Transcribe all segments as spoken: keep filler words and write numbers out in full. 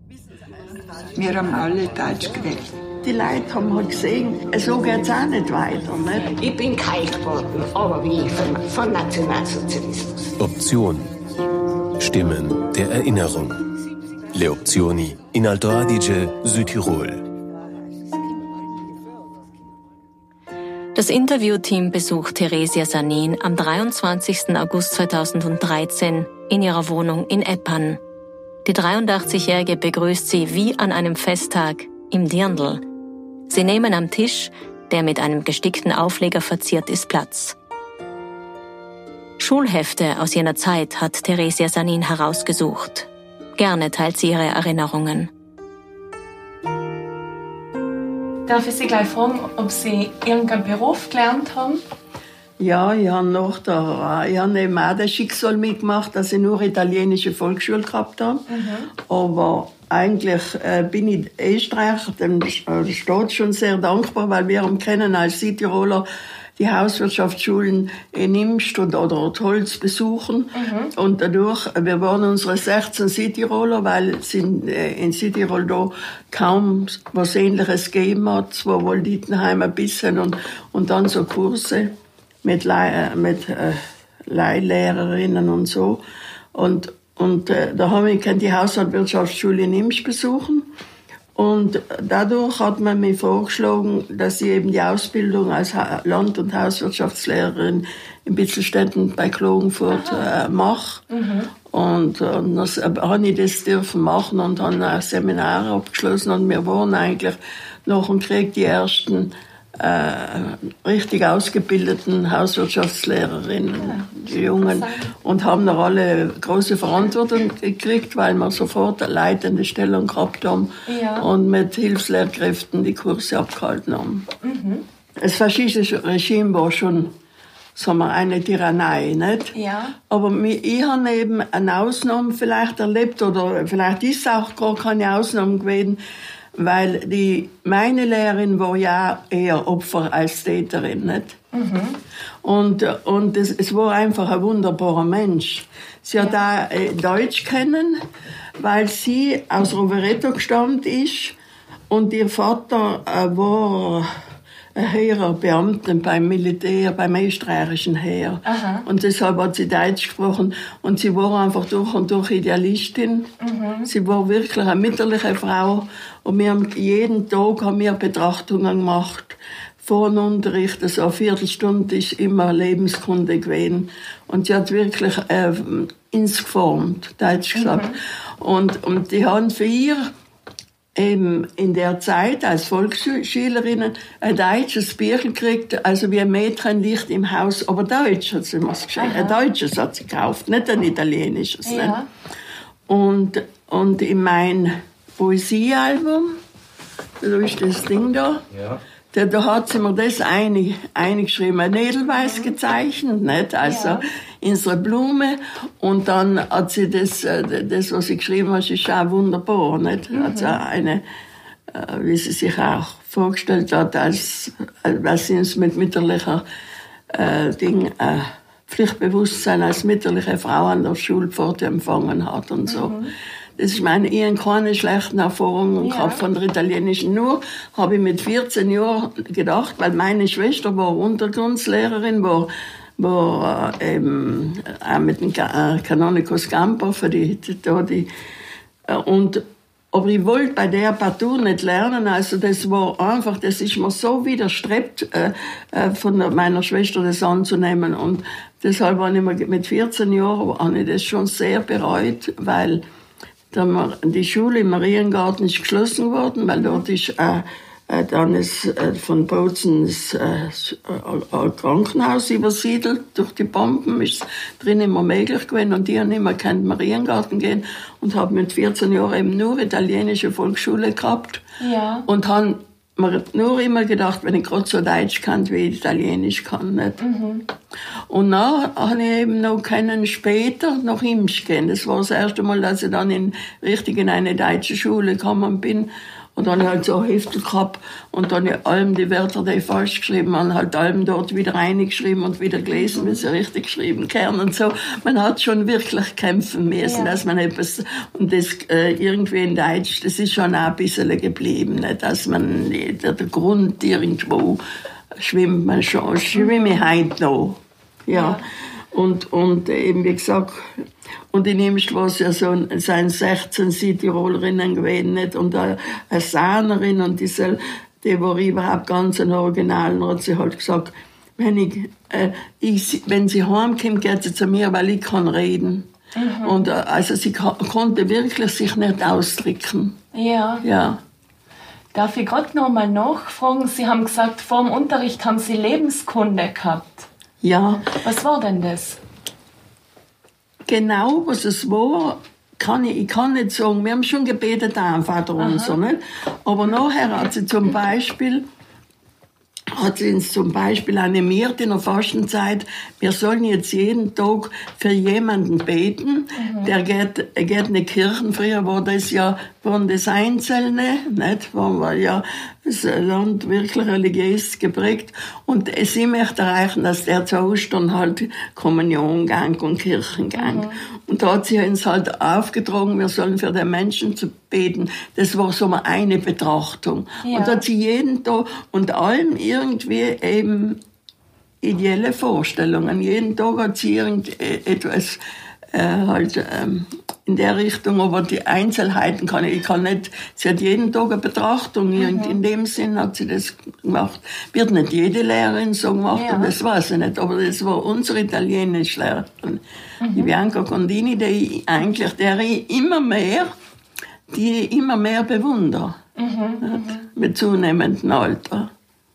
Wir haben alle Deutsch gewählt. Die Leute haben halt gesehen, so geht es auch nicht weiter. Nicht? Ich bin kalt geworden, aber wie von, von Nationalsozialismus. Option. Stimmen der Erinnerung. Le Opzioni in Alto Adige, Südtirol. Das Interviewteam besucht Theresia Sanin am dreiundzwanzigsten August zweitausenddreizehn in ihrer Wohnung in Eppan. Die dreiundachtzigjährige begrüßt sie wie an einem Festtag im Dirndl. Sie nehmen am Tisch, der mit einem gestickten Aufleger verziert ist, Platz. Schulhefte aus jener Zeit hat Theresia Sanin herausgesucht. Gerne teilt sie ihre Erinnerungen. Darf ich Sie gleich fragen, ob Sie irgendeinen Beruf gelernt haben? Ja, ich habe noch da, ich habe eben auch das Schicksal mitgemacht, dass ich nur italienische Volksschule gehabt habe. Mhm. Aber eigentlich äh, bin ich Österreich, dem äh, Staat schon sehr dankbar, weil wir haben kennen als Südtiroler die Hauswirtschaftsschulen in Imst oder, oder Holz besuchen. Mhm. Und dadurch, wir waren unsere sechzehn Südtiroler, weil es in, äh, in Südtirol da kaum was Ähnliches gegeben hat. Zwar wohl Dittenheim ein bisschen und, und dann so Kurse mit, Le- mit äh, Leihlehrerinnen und so. Und, und äh, da haben wir die Hauswirtschaftsschule in Imst besuchen. Und dadurch hat man mir vorgeschlagen, dass ich eben die Ausbildung als Land- und Hauswirtschaftslehrerin in Bitzelstetten bei Klagenfurt äh, mache. Mhm. Und, und dann habe ich das dürfen machen und habe ein Seminar abgeschlossen. Und wir waren eigentlich nach dem Krieg die ersten äh, richtig ausgebildeten Hauswirtschaftslehrerinnen, die Jungen, und haben noch alle große Verantwortung gekriegt, weil wir sofort eine leitende Stellung gehabt haben, ja, und mit Hilfslehrkräften die Kurse abgehalten haben. Mhm. Das faschistische Regime war schon, sagen wir, eine Tyrannei, nicht? Ja. Aber ich habe eben eine Ausnahme vielleicht erlebt, oder vielleicht ist es auch gar keine Ausnahme gewesen, weil die, meine Lehrerin war ja eher Opfer als Täterin, nicht? Mhm. Und, und es, es war einfach ein wunderbarer Mensch. Sie hat ja auch äh, Deutsch kennen, weil sie aus Rovereto gestammt ist und ihr Vater äh, war ein höherer Beamter beim Militär, beim österreichischen Heer. Aha. Und deshalb hat sie Deutsch gesprochen. Und sie war einfach durch und durch Idealistin. Mhm. Sie war wirklich eine mütterliche Frau. Und wir haben jeden Tag haben wir Betrachtungen gemacht. Vor dem Unterricht, also eine Viertelstunde ist immer Lebenskunde gewesen. Und sie hat wirklich äh, ins geformt, Deutsch gesagt. Mhm. Und, und die haben für ihr eben in der Zeit als Volksschülerinnen ein deutsches Büchel gekriegt, also wie ein Mädchenlicht im Haus, aber Deutsch hat sie immer geschrieben. Ein deutsches hat sie gekauft, nicht ein italienisches. Ja. Nicht? Und, und in mein Poesiealbum, da ist das Ding da, ja. Da, da hat sie mir das eine, eingeschrieben, ein Edelweiß gezeichnet, nicht? Also, ja, in so eine Blume. Und dann hat sie das, das, was sie geschrieben hat, ist auch wunderbar, nicht? Mhm. Also eine, wie sie sich auch vorgestellt hat, als, als sie uns mit mütterlicher, äh, Ding, äh, Pflichtbewusstsein als mütterliche Frau an der Schulpforte empfangen hat und so. Mhm. Das ist meine, ich habe keine schlechten Erfahrungen, ja, gehabt von der italienischen. Nur habe ich mit vierzehn Jahren gedacht, weil meine Schwester war Untergrundslehrerin, war, war äh, eben auch mit dem Canonico Scamper für die, die, die äh, und aber ich wollte bei der partout nicht lernen, also das war einfach, das ist mir so widerstrebt, äh, äh, von meiner Schwester das anzunehmen, und deshalb war ich mit vierzehn Jahren habe ich das schon sehr bereut, weil die Schule im Mariengarten ist geschlossen worden, weil dort ist äh, äh, dann ist äh, von Bozen das äh, äh, Krankenhaus übersiedelt. Durch die Bomben ist es drin immer möglich gewesen, und die haben immer keinen Mariengarten gehen und haben mit vierzehn Jahren eben nur italienische Volksschule gehabt, ja, und haben mir nur immer gedacht, wenn ich gerade so Deutsch kann, wie ich Italienisch kann, nicht? Mhm. Und dann habe ich eben noch kennen später nach Imst gehen. Das war das erste Mal, dass ich dann in, richtig in eine deutsche Schule gekommen bin. Und dann habe ich halt so Heftel gehabt und dann allem die Wörter, die ich falsch geschrieben habe, halt allem dort wieder reingeschrieben und wieder gelesen, wie sie richtig geschrieben können und so. Man hat schon wirklich kämpfen müssen, ja. dass man etwas, und das äh, irgendwie in Deutsch, das ist schon auch ein bisschen geblieben, ne? Dass man, der, der Grund irgendwo schwimmt man schon, schwimme ich heute noch. Ja. ja. Und, und eben, wie gesagt, und in ihm war es ja so, seien sechzehn Südtirolerinnen gewesen, nicht? Und eine, eine Sahnerin, und die, die war überhaupt ganz ein Original, und hat sie halt gesagt, wenn, ich, äh, ich, wenn sie heimkommt, geht sie zu mir, weil ich kann reden. Mhm. Und äh, also sie ko- konnte wirklich sich nicht ausdrücken. Ja. Ja. Darf ich gerade noch mal nachfragen? Sie haben gesagt, vor dem Unterricht haben Sie Lebenskunde gehabt. Ja. Was war denn das? Genau, was es war, kann ich, ich kann nicht sagen. Wir haben schon gebetet, auch Vater unser, nicht? Aber nachher hat sie zum Beispiel, hat sie uns zum Beispiel animiert in der Fastenzeit, wir sollen jetzt jeden Tag für jemanden beten, mhm. der geht, geht in die Kirchen. Früher war das ja, waren das Einzelne, nicht? Waren wir ja das Land wirklich religiös geprägt. Und sie möchte erreichen, dass der zu Ostern halt Kommuniongang und Kirchengang. Mhm. Und da hat sie uns halt aufgetragen, wir sollen für den Menschen zu beten. Das war so eine Betrachtung. Ja. Und da hat sie jeden Tag und allem irgendwie eben ideelle Vorstellungen. Jeden Tag hat sie irgendetwas äh, halt ähm, in der Richtung, aber die Einzelheiten kann ich, ich kann nicht, sie hat jeden Tag eine Betrachtung, mhm. in dem Sinn hat sie das gemacht. Wird nicht jede Lehrerin so gemacht, ja. und das weiß ich nicht, aber das war unsere Italienischlehrerin, mhm. die Bianca Condini, die eigentlich, der ich immer mehr, die ich immer mehr bewundere, mhm. mit zunehmendem Alter.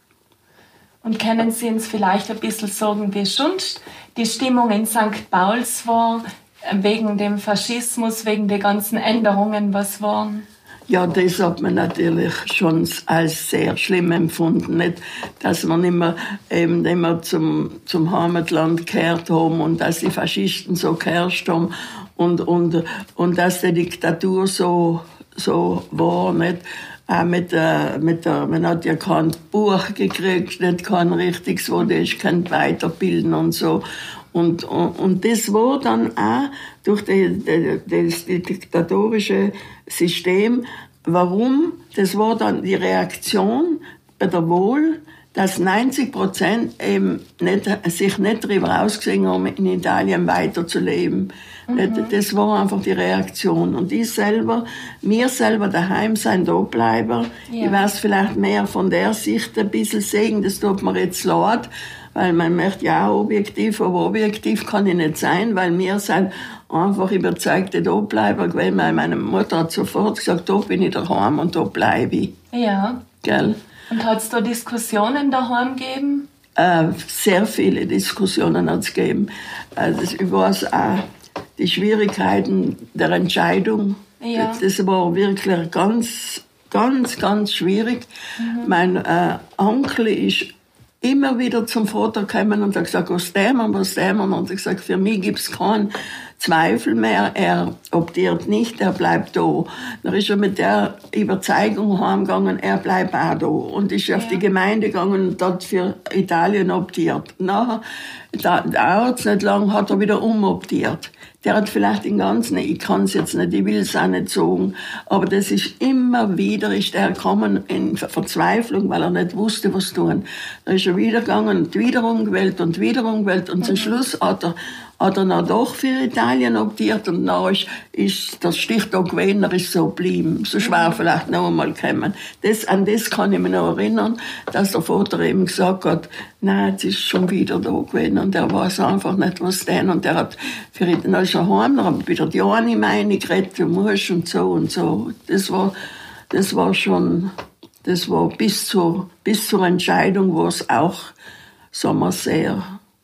Und können Sie uns vielleicht ein bisschen sagen, wie schon die Stimmung in Sankt Pauls war, wegen dem Faschismus, wegen der ganzen Änderungen, was waren? Ja, das hat man natürlich schon als sehr schlimm empfunden, nicht? Dass man immer, eben immer zum, zum Heimatland gekehrt haben und dass die Faschisten so geherrscht haben und, und, und dass die Diktatur so, so war, nicht? Auch mit der, mit der, man hat ja kein Buch gekriegt, nicht kein richtiges, wo das kann weiterbilden und so. Und, und, und das war dann auch durch die, die, das diktatorische System. Warum? Das war dann die Reaktion bei der Wahl, dass neunzig Prozent eben nicht, sich nicht darüber ausgesehen haben, in Italien weiterzuleben. Mhm. Das war einfach die Reaktion. Und ich selber, mir selber daheim sein, da bleiben, ja. Ich weiß vielleicht mehr von der Sicht ein bisschen sehen, das tut mir jetzt leid, weil man möchte ja auch objektiv, aber objektiv kann ich nicht sein, weil wir sind einfach überzeugte Dableiber gewesen, weil meine Mutter hat sofort gesagt, da bin ich daheim und da bleibe ich. Ja. Gell? Und hat es da Diskussionen daheim gegeben? Äh, sehr viele Diskussionen hat es gegeben. Also ich weiß auch, die Schwierigkeiten der Entscheidung, ja. das war wirklich ganz, ganz, ganz schwierig. Mhm. Mein äh, Onkel ist immer wieder zum Vater gekommen und hat gesagt, was dämmern, was dämmern. Und er hat gesagt, für mich gibt es keinen Zweifel mehr. Er optiert nicht, er bleibt da. Dann ist er mit der Überzeugung heimgegangen, er bleibt auch da. Und ist ja. auf die Gemeinde gegangen und dort für Italien optiert. Nachher, da dauert es nicht lang, hat er wieder umoptiert. Der hat vielleicht den ganzen, ich kann es jetzt nicht, ich will es auch nicht sagen, aber das ist immer wieder, ist er gekommen in Verzweiflung, weil er nicht wusste, was tun. Da ist er wieder gegangen und wieder umgewählt und wieder umgewählt und zum Schluss hat er, hat er dann doch für Italien optiert und dann ist, ist der Stichtag gewesen, er ist so geblieben. So schwer vielleicht noch einmal gekommen. Das, an das kann ich mich noch erinnern, dass der Vater eben gesagt hat, nein, jetzt ist schon wieder da gewesen und er weiß einfach nicht, was denn. Und er hat für ihn, dann ist er heim, dann hat wieder die eine meine geredet, du musst und so und so. Das war, das war schon, das war bis zur, bis zur Entscheidung war es auch, sagen wir, sehr.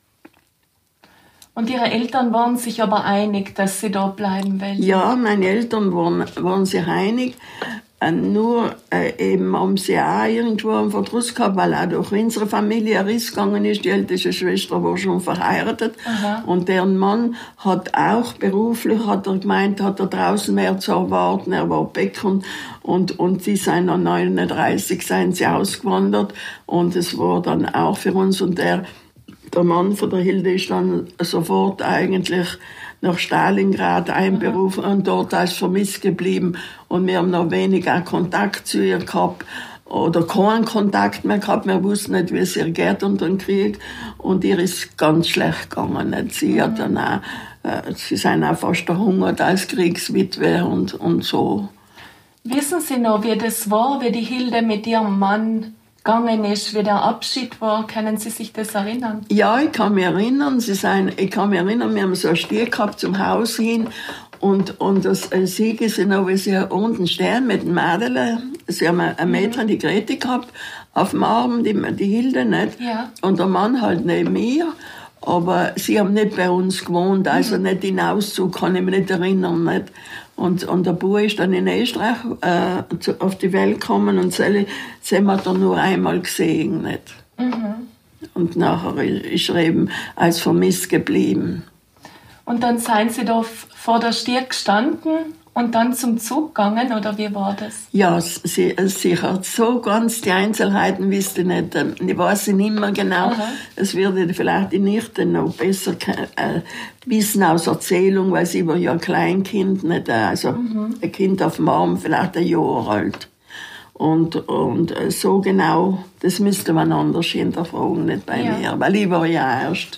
Und Ihre Eltern waren sich aber einig, dass Sie da bleiben wollen? Ja, meine Eltern waren, waren sich einig. äh, nur äh, eben haben sie auch irgendwo einen Verdruss gehabt, weil auch durch unsere Familie ein Riss gegangen ist. Die älteste Schwester war schon verheiratet. Aha. Und deren Mann hat auch beruflich, hat er gemeint, hat er draußen mehr zu erwarten. Er war Bäcker und, und sie sind dann neununddreißig sind sie ausgewandert. Und es war dann auch für uns. Und der, der Mann von der Hilde ist dann sofort eigentlich nach Stalingrad einberufen und dort als vermisst geblieben. Und wir haben noch weniger Kontakt zu ihr gehabt oder keinen Kontakt mehr gehabt. Wir wussten nicht, wie es ihr geht unter dem Krieg. Und ihr ist ganz schlecht gegangen. Sie hat dann auch, äh, sie sind auch fast verhungert als Kriegswitwe und, und so. Wissen Sie noch, wie das war, wie die Hilde mit ihrem Mann gegangen ist, wie der Abschied war? Können Sie sich das erinnern? Ja, ich kann mich erinnern. Sie sind, ich kann mich erinnern, wir haben so einen Stieg gehabt zum Haus hin und, und das Sieg ist noch, wie sie unten stehen mit dem Mädel. Sie haben eine Mädchen, die Grete gehabt, auf dem Arm, die, die Hilde nicht. Ja. Und der Mann halt neben mir. Aber sie haben nicht bei uns gewohnt, also mhm. nicht in Auszug, kann ich mich nicht erinnern. Nicht. Und, und der Bub ist dann in Österreich äh, zu, auf die Welt gekommen und sie, sie haben wir dann nur einmal gesehen. Nicht. Mhm. Und nachher ist er eben als vermisst geblieben. Und dann seien Sie da vor der Stieg gestanden und dann zum Zug gegangen, oder wie war das? Ja, sie, sicher. So ganz die Einzelheiten wüsste ich nicht. Ich weiß sie nicht mehr genau. Aha. Es würde vielleicht die Nichte noch besser äh, wissen aus Erzählung, weil sie war ja ein Kleinkind, nicht? Also mhm. ein Kind auf dem Arm, vielleicht ein Jahr alt. Und, und so genau, das müsste man anders hinterfragen, nicht bei ja. mir. Weil ich war ja erst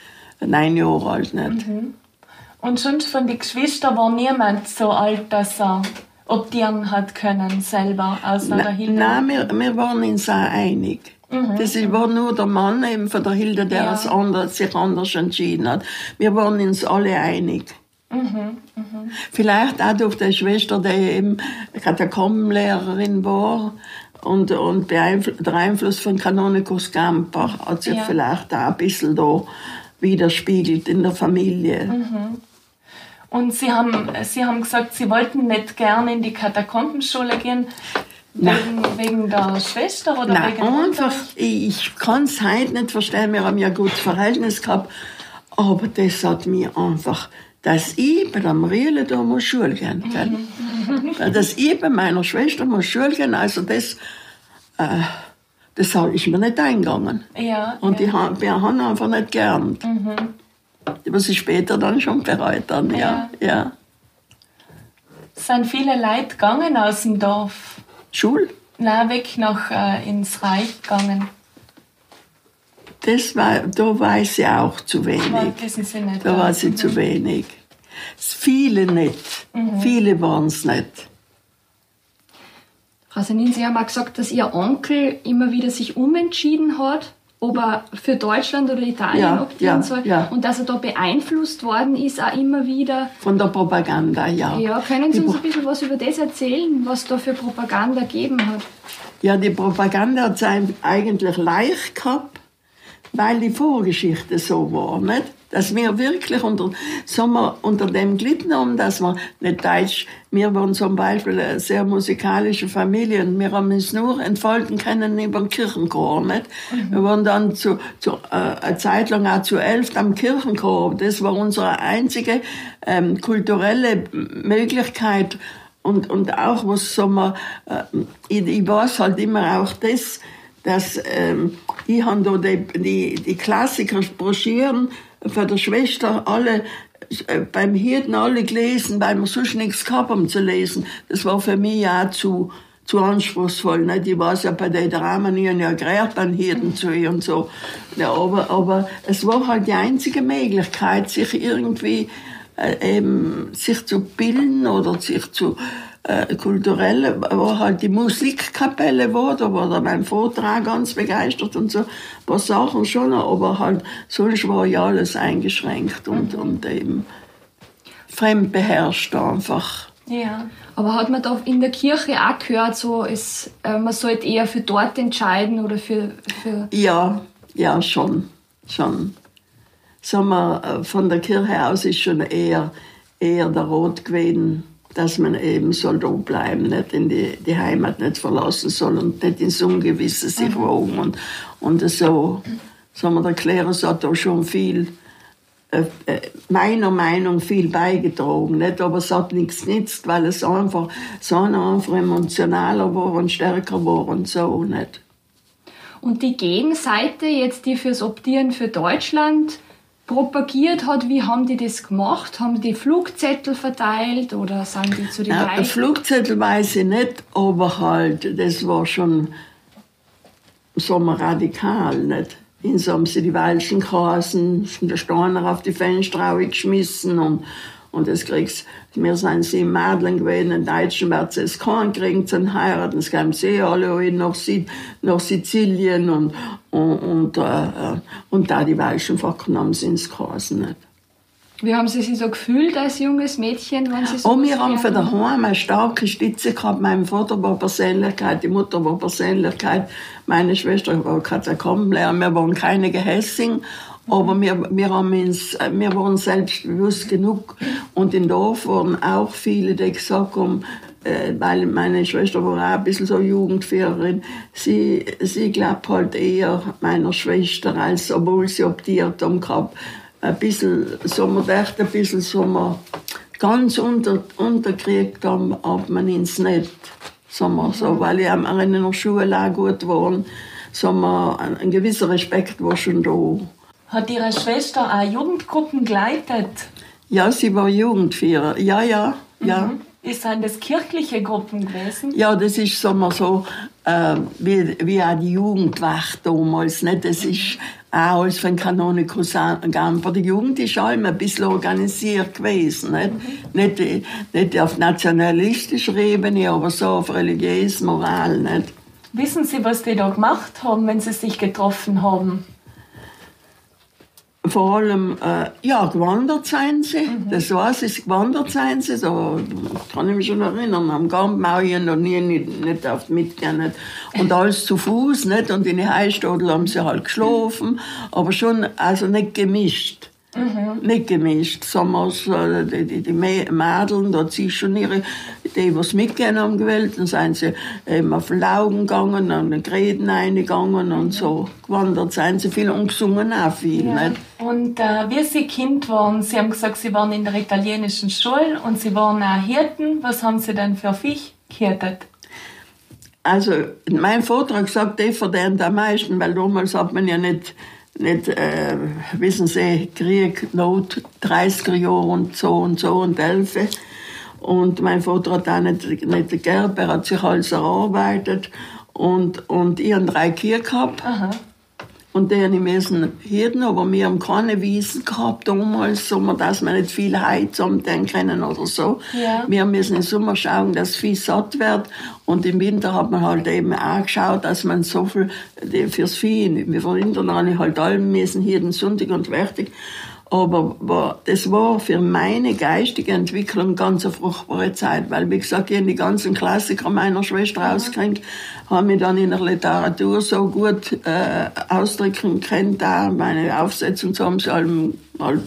neun Jahre alt, nicht? Mhm. Und schon von den Geschwistern war niemand so alt, dass er optieren hat können, selber, außer Na, der Hilde? Nein, wir, wir waren uns auch einig. Mhm. Das war nur der Mann eben von der Hilde, der ja. es anders, sich anders entschieden hat. Wir waren uns alle einig. Mhm. Mhm. Vielleicht auch durch die Schwester, die eben Katakombenlehrerin war. Und, und der Einfluss von Kanonikus Gamper hat sich ja. vielleicht auch ein bisschen da widerspiegelt in der Familie. Mhm. Und Sie haben, Sie haben gesagt, Sie wollten nicht gerne in die Katakombenschule gehen, wegen, wegen der Schwester oder Nein, wegen einfach, ich kann es heute nicht verstehen, wir haben ja ein gutes Verhältnis gehabt, aber das hat mir einfach, dass ich bei der Marielle da muss Schule gehen kann. Mhm. Dass ich bei meiner Schwester muss Schule gehen, also das, äh, das ist mir nicht eingegangen. Ja, und ja. Die, wir haben einfach nicht gelernt. Mhm. Was ich später dann schon bereut dann, ja. ja. ja. Es sind viele Leute gegangen aus dem Dorf. Schul? Nein, weg nach, äh, ins Reich gegangen. Das war, da weiß ich auch zu wenig. Das wissen Sie nicht. Da weiß ich mhm. zu wenig. Viele nicht. Mhm. Viele waren es nicht. Frau Sanin, Sie haben auch gesagt, dass Ihr Onkel immer wieder sich umentschieden hat, ob er für Deutschland oder Italien ja, optieren ja, soll. Ja. Und dass er da beeinflusst worden ist, auch immer wieder. Von der Propaganda, ja. Ja, können Sie uns ein bisschen was über das erzählen, was da für Propaganda gegeben hat? Ja, die Propaganda hat es eigentlich leicht gehabt, weil die Vorgeschichte so war, nicht? Dass wir wirklich unter, sagen wir, unter dem gelitten haben, dass wir nicht Deutsch, wir waren zum Beispiel eine sehr musikalische Familie und wir haben uns nur entfalten können über den Kirchenchor, nicht? Mhm. Wir waren dann zu, zu, äh, eine Zeit lang auch zu elf am Kirchenchor. Das war unsere einzige ähm, kulturelle Möglichkeit. Und, und auch, was sagen wir, äh, ich, ich weiß halt immer auch das, dass ähm, ich habe da die, die, die Klassiker, Broschüren von der Schwester alle äh, beim Hirten alle gelesen, weil wir sonst nichts gehabt haben zu lesen. Das war für mich auch zu, zu anspruchsvoll. Nicht? Ich weiß ja bei den Dramen, ich habe ja gerät beim Hirten zu ihr und so. Ja, aber, aber es war halt die einzige Möglichkeit, sich irgendwie äh, eben, sich zu bilden oder sich zu Äh, kulturell, war halt die Musikkapelle war, da war da mein Vortrag ganz begeistert und so, ein paar Sachen schon, aber halt, sonst war ja alles eingeschränkt und, mhm. und eben fremdbeherrscht einfach. Ja. Aber hat man da in der Kirche auch gehört, so, es, äh, man sollte eher für dort entscheiden oder für, für... Ja, ja, schon, schon. Sagen wir, von der Kirche aus ist schon eher, eher der Rot gewesen. dass man eben soll da bleiben, nicht in die, die Heimat nicht verlassen soll und nicht ins Ungewisse sich wagen. Und, und so, sagen wir, der Klerus hat da schon viel, äh, meiner Meinung nach, viel beigetragen, nicht? Aber es hat nichts genützt, weil es einfach, so einfach emotionaler war und stärker war und so, nicht? Und die Gegenseite, jetzt die fürs Optieren für Deutschland propagiert hat, wie haben die das gemacht? Haben die Flugzettel verteilt oder sind die zu den ja, Weichen? Flugzettel weiß ich nicht, aber halt, das war schon so radikal, nicht? So haben sie die Weilchen geheißen, der Steiner auf die Fenster geschmissen und, und das kriegst, wir sind sie in Madlen gewesen, in Deutschen wird es keinen kriegen zum heiraten, das kamen sie alle hin nach, Sid, nach Sizilien und, und, und, äh, und da die Weilchen vergenommen sind ins Geheißen, nicht? Wie haben Sie sich so gefühlt als junges Mädchen, wenn Sie so? Oh, wir haben von daheim eine starke Stütze gehabt. Mein Vater war Persönlichkeit, die Mutter war Persönlichkeit, meine Schwester war Katakombenlehrer. Wir waren keine Gehässing, aber wir, wir, haben uns, wir waren selbstbewusst genug. Und im Dorf waren auch viele, die gesagt haben, äh, weil meine Schwester war auch ein bisschen so Jugendführerin, sie, sie glaubt halt eher meiner Schwester, als obwohl sie optiert haben gehabt. Ein bisschen, so man dachte, ein bisschen, so man ganz unter, unterkriegt haben, hat man ins nicht. So man, so, weil ich am in der Schule auch gut war, so man, ein, ein gewisser Respekt war schon da. Hat Ihre Schwester auch Jugendgruppen geleitet? Ja, sie war Jugendführer. Ja, ja, ja. Mhm. Sind das kirchliche Gruppen gewesen? Ja, das ist sagen wir so, äh, wie, wie auch die Jugendwacht damals. Nicht? Das ist auch alles von Kanonikus Gamper. Die Jugend ist allem ein bisschen organisiert gewesen. Nicht, mhm. nicht, nicht auf nationalistischer Ebene, aber so auf religiös, Moral. Nicht? Wissen Sie, was die da gemacht haben, wenn Sie sich getroffen haben? Vor allem, äh, ja, gewandert seien sie. Mhm. Das weiß ich, gewandert seien sie. Da kann ich mich schon erinnern. Am Gampmau ich noch nie nicht, nicht oft mitgehen. Und alles zu Fuß, nicht? Und in die Heistadel haben sie halt geschlafen. Aber schon, also nicht gemischt. Mhm. Nicht gemischt. Sondern die, die, die Mädeln, da zieh schon ihre, die, was mitgehen haben gewählt, dann sind sie eben auf den Laugen gegangen, an den Gräden reingegangen und so. Gewandert seien sie viel und gesungen auch viel, ja. Nicht? Und äh, wie Sie Kind waren, Sie haben gesagt, Sie waren in der italienischen Schule und Sie waren auch Hirten. Was haben Sie denn für Viech gehirtet? Also, mein Vater hat gesagt, die verdient am meisten, weil damals hat man ja nicht, nicht äh, wissen Sie, Krieg, Not, dreißiger Jahre und so und so und Elfe. Und mein Vater hat auch nicht, nicht geerbt, er hat sich alles erarbeitet. Und, und ich habe drei Kühe gehabt. Aha. Und die müssen hirten, aber wir haben keine Wiesen gehabt damals, so dass wir nicht viel Heu zusammen können oder so. Ja. Wir müssen im Sommer schauen, dass viel satt wird. Und im Winter hat man halt eben auch geschaut, dass man so viel fürs Vieh, wir von Winter an halt allem müssen hirten, Sonntag und fertig. Aber das war für meine geistige Entwicklung ganz eine fruchtbare Zeit, weil, wie gesagt, ich habe die ganzen Klassiker meiner Schwester ausgekriegt, habe mich dann in der Literatur so gut äh, ausdrücken können, auch meine Aufsätze und so haben sie halt, halt